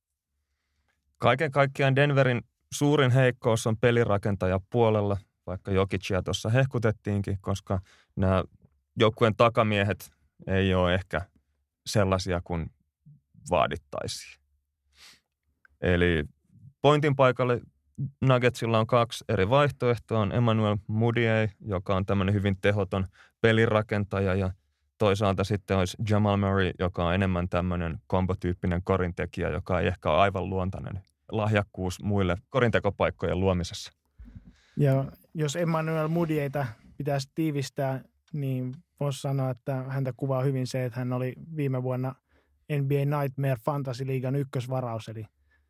Kaiken kaikkiaan Denverin suurin heikkous on pelirakentajapuolella, vaikka Jokicia tuossa hehkutettiinkin, koska nämä joukkueen takamiehet ei ole ehkä sellaisia kuin vaadittaisiin. Eli pointin paikalle Nuggetsilla on kaksi eri vaihtoehtoa. On Emmanuel Mudiay, joka on tämmöinen hyvin tehoton pelirakentaja, ja toisaalta sitten olisi Jamal Murray, joka on enemmän tämmöinen kombotyyppinen korintekijä, joka ei ehkä ole aivan luontainen lahjakkuus muille korintekopaikkojen luomisessa. Ja jos Emmanuel Mudiayta pitäisi tiivistää, niin voisi sanoa, että häntä kuvaa hyvin se, että hän oli viime vuonna N B A Nightmare Fantasy-liigan ykkösvaraus, eli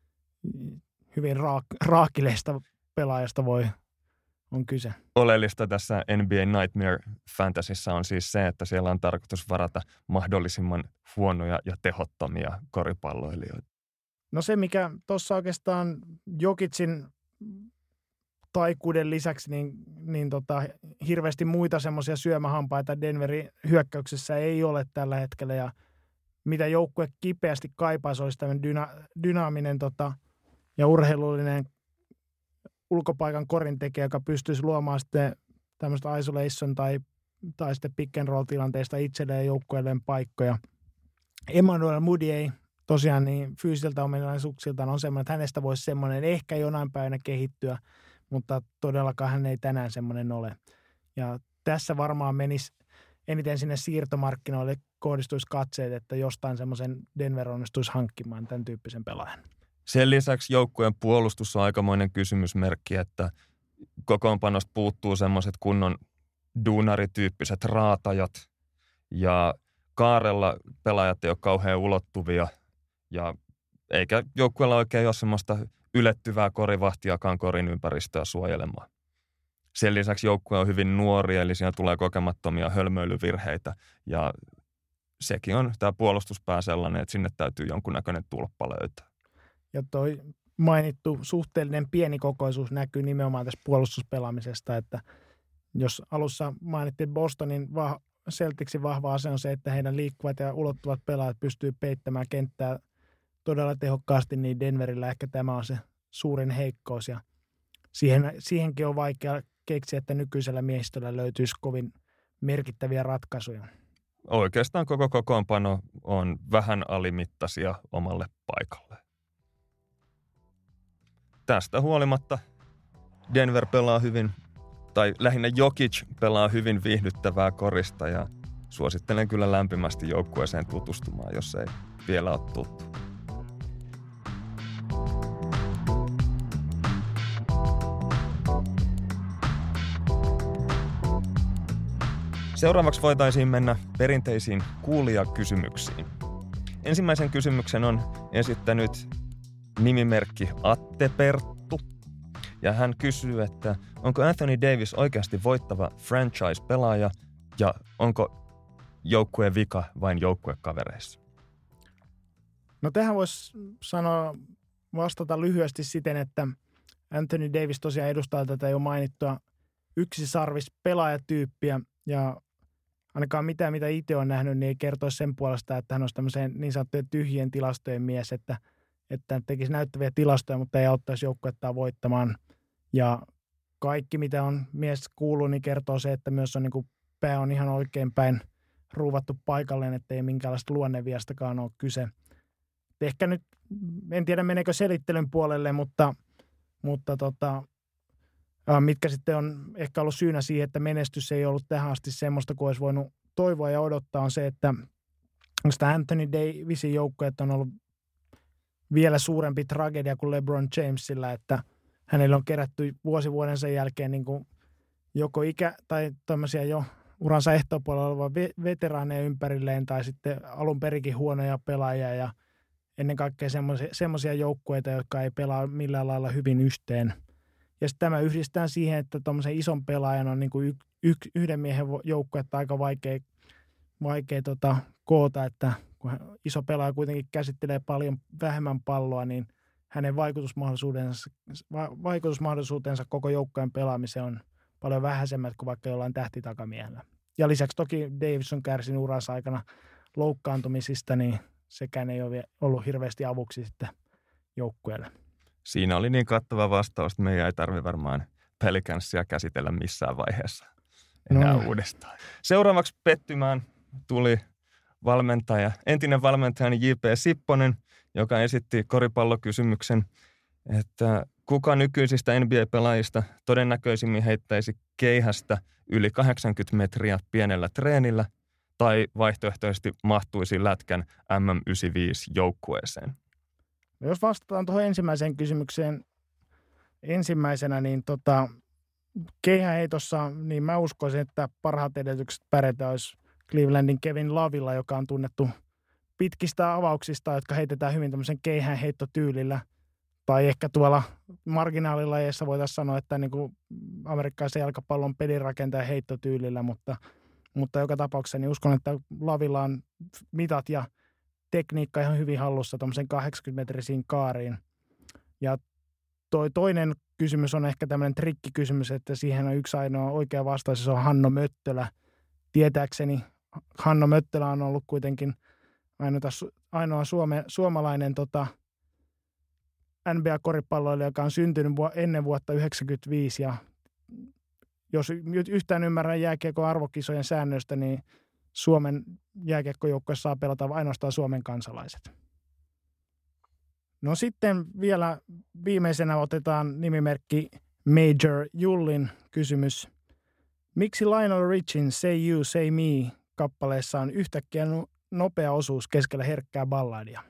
hyvin raak- raakileista pelaajasta voi, on kyse. Oleellista tässä N B A Nightmare Fantasyssä on siis se, että siellä on tarkoitus varata mahdollisimman huonoja ja tehottomia koripalloilijoita. No se, mikä tuossa oikeastaan Jokicin taikuuden lisäksi, niin, niin tota, hirveästi muita semmoisia syömähampaita Denverin hyökkäyksessä ei ole tällä hetkellä. Ja mitä joukkue kipeästi kaipaisi, olisi tämmöinen dyna- dynaaminen tota, ja urheilullinen ulkopaikan korintekijä, joka pystyisi luomaan sitten tämmöistä isolation tai, tai sitten pick and roll tilanteista itselleen ja joukkueelleen paikkoja. Emmanuel Mudiay tosiaan niin fyysisiltä ominaisuuksiltaan on semmoinen, että hänestä voisi semmoinen ehkä jonain päivänä kehittyä, mutta todellakaan hän ei tänään semmoinen ole. Ja tässä varmaan menisi eniten sinne siirtomarkkinoille kohdistuisi katseet, että jostain semmoisen Denver onnistuisi hankkimaan tämän tyyppisen pelaajan. Sen lisäksi joukkueen puolustus on aikamoinen kysymysmerkki, että kokoonpanosta puuttuu semmoiset kunnon duunarityyppiset raatajat ja kaarella pelaajat ei ole kauhean ulottuvia ja eikä joukkueella oikein ole semmoista ylettyvää korivahtiakaan korin ympäristöä suojelemaan. Sen lisäksi joukkue on hyvin nuori, eli siinä tulee kokemattomia hölmöilyvirheitä ja sekin on tämä puolustuspää sellainen, että sinne täytyy jonkunnäköinen tulppa löytää. Ja toi mainittu suhteellinen pienikokoisuus näkyy nimenomaan tässä puolustuspelaamisesta, että jos alussa mainittiin Bostonin vah- Celticsin vahva ase on se, että heidän liikkuvat ja ulottuvat pelaajat pystyy peittämään kenttää todella tehokkaasti, niin Denverillä ehkä tämä on se suurin heikkous ja siihen, siihenkin on vaikea keksiä, että nykyisellä miehistöllä löytyisi kovin merkittäviä ratkaisuja. Oikeastaan koko kokoonpano on vähän alimittaisia omalle paikalle. Tästä huolimatta Denver pelaa hyvin, tai lähinnä Jokic pelaa hyvin viihdyttävää korista ja suosittelen kyllä lämpimästi joukkueeseen tutustumaan, jos ei vielä ole tuttu. Seuraavaksi voitaisiin mennä perinteisiin kuulijakysymyksiin. Ensimmäisen kysymyksen on esittänyt nimimerkki Atte Perttu. Ja hän kysyy, että onko Anthony Davis oikeasti voittava franchise-pelaaja ja onko joukkueen vika vain joukkuekavereissa? No tähän voisi sanoa, vastata lyhyesti siten, että Anthony Davis tosiaan edustaa tätä jo mainittua yksisarvis pelaajatyyppiä ja ainakaan mitään, mitä itse olen nähnyt, niin ei kertoisi sen puolesta, että hän olisi tämmöiseen niin sanottujen tyhjien tilastojen mies, että, että hän tekisi näyttäviä tilastoja, mutta ei auttaisi joukkuettaan voittamaan. Ja kaikki, mitä on mies kuullut, niin kertoo se, että myös on niin kuin pää on ihan oikein päin ruuvattu paikalleen, ettei minkäänlaista luonneviastakaan ole kyse. Ehkä nyt, en tiedä meneekö selittelyn puolelle, mutta, mutta tota, mitkä sitten on ehkä ollut syynä siihen, että menestys ei ollut tähän asti semmoista, kuin olisi voinut toivoa ja odottaa, on se, että sitä Anthony Davisin joukkueet on ollut vielä suurempi tragedia kuin LeBron Jamesilla, että hänelle on kerätty vuosi vuoden sen jälkeen niin kuin joko ikä tai tämmöisiä jo uransa ehtoopuolella oleva veteraaneja ympärilleen tai sitten alun perikin huonoja pelaajia ja ennen kaikkea semmoisia joukkueita, jotka ei pelaa millään lailla hyvin yhteen. Ja sitten tämä yhdistetään siihen, että tuommoisen ison pelaajan on niin kuin y- yhden miehen joukkuetta aika vaikea, vaikea tota, koota, että kun iso pelaaja kuitenkin käsittelee paljon vähemmän palloa, niin hänen vaikutusmahdollisuutensa, vaikutusmahdollisuutensa koko joukkueen pelaamiseen on paljon vähäisemmät kuin vaikka jollain tähtitakamiehellä. Ja lisäksi toki Davis on kärsinyt uransa aikana loukkaantumisista, niin sekään ei ole ollut hirveästi avuksi sitten joukkueelle. Siinä oli niin kattava vastaus, että meidän ei tarvitse varmaan Pelicansia käsitellä missään vaiheessa enää no. uudestaan. Seuraavaksi pettymään tuli valmentaja, entinen valmentajani J P Sipponen, joka esitti koripallokysymyksen, että kuka nykyisistä N B A-pelaajista todennäköisimmin heittäisi keihästä yli kahdeksankymmentä metriä pienellä treenillä tai vaihtoehtoisesti mahtuisi lätkän M M yhdeksänkymmentäviisi joukkueeseen? No jos vastataan tuohon ensimmäiseen kysymykseen ensimmäisenä, niin tota, keihäheitossa, niin mä uskoisin, että parhaat edellytykset pärjätä olisi Clevelandin Kevin Lovella, joka on tunnettu pitkistä avauksista, jotka heitetään hyvin tämmöisen keihäänheittotyylillä. Tai ehkä tuolla marginaalilajeissa voitaisiin sanoa, että niin kuin amerikkalaisen jalkapallon pelirakentajan heittotyylillä, mutta, mutta joka tapauksessa niin uskon, että Lovella on mitat ja tekniikka ihan hyvin hallussa tuommoisen kahdeksankymmentä-metrisiin kaariin. Ja toi toinen kysymys on ehkä tämmöinen trikkikysymys, että siihen on yksi ainoa oikea vastaus, ja se on Hanno Möttölä. Tietääkseni Hanno Möttölä on ollut kuitenkin ainoa, ainoa suome, suomalainen tota, N B A-koripalloilija, joka on syntynyt ennen vuotta yhdeksänkymmentäviisi. Ja jos yhtään ymmärrän jääkiekon arvokisojen säännöistä, niin Suomen jääkiekkojoukkueessa saa pelata ainoastaan Suomen kansalaiset. No sitten vielä viimeisenä otetaan nimimerkki Major Jullin kysymys. Miksi Lionel Richin Say You, Say Me -kappaleessa on yhtäkkiä nopea osuus keskellä herkkää balladia?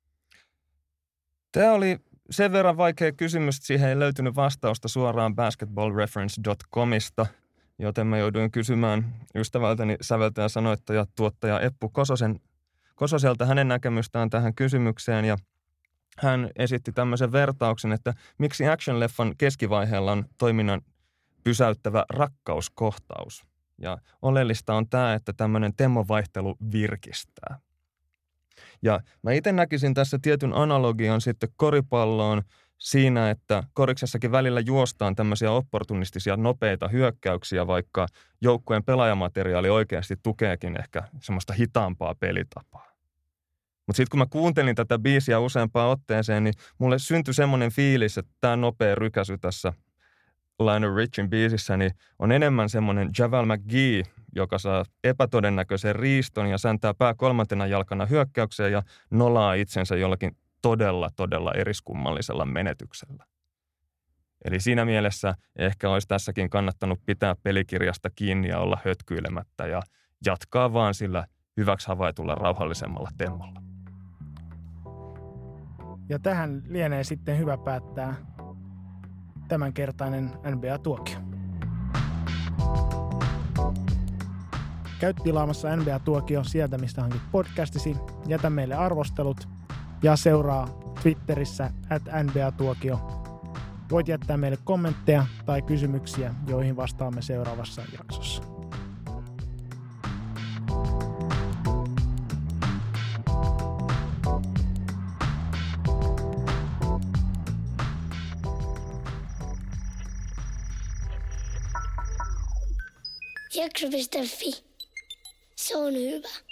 Tämä oli sen verran vaikea kysymys, että siihen ei löytynyt vastausta suoraan basketball reference dot comista, joten mä jouduin kysymään ystävältäni säveltäjä, sanoittaja, tuottaja Eppu Kososen, Kososelta hänen näkemystään tähän kysymykseen, ja hän esitti tämmöisen vertauksen, että miksi action-leffan keskivaiheella on toiminnan pysäyttävä rakkauskohtaus. Ja oleellista on tämä, että tämmöinen temmovaihtelu virkistää. Ja mä itse näkisin tässä tietyn analogian sitten koripalloon siinä, että koriksessakin välillä juostaan tämmöisiä opportunistisia nopeita hyökkäyksiä, vaikka joukkueen pelaajamateriaali oikeasti tukeekin ehkä semmoista hitaampaa pelitapaa. Mutta sitten kun mä kuuntelin tätä biisiä useampaan otteeseen, niin mulle syntyi semmoinen fiilis, että tämä nopea rykäsy tässä Lionel Richin biisissä niin on enemmän semmoinen Javel McGee, joka saa epätodennäköisen riiston ja säntää pää kolmantena jalkana hyökkäykseen ja nolaa itsensä jollakin todella, todella eriskummallisella menetyksellä. Eli siinä mielessä ehkä olisi tässäkin kannattanut pitää pelikirjasta kiinni ja olla hötkyilemättä ja jatkaa vaan sillä hyväksi havaitulla rauhallisemmalla temmolla. Ja tähän lienee sitten hyvä päättää tämänkertainen N B A-tuokio. Käy tilaamassa N B A-tuokio sieltä, mistä hankit podcastisi. Jätä meille arvostelut ja seuraa Twitterissä at N B A-tuokio. Voit jättää meille kommentteja tai kysymyksiä, joihin vastaamme seuraavassa jaksossa. Jakso piste fi. Se on hyvä.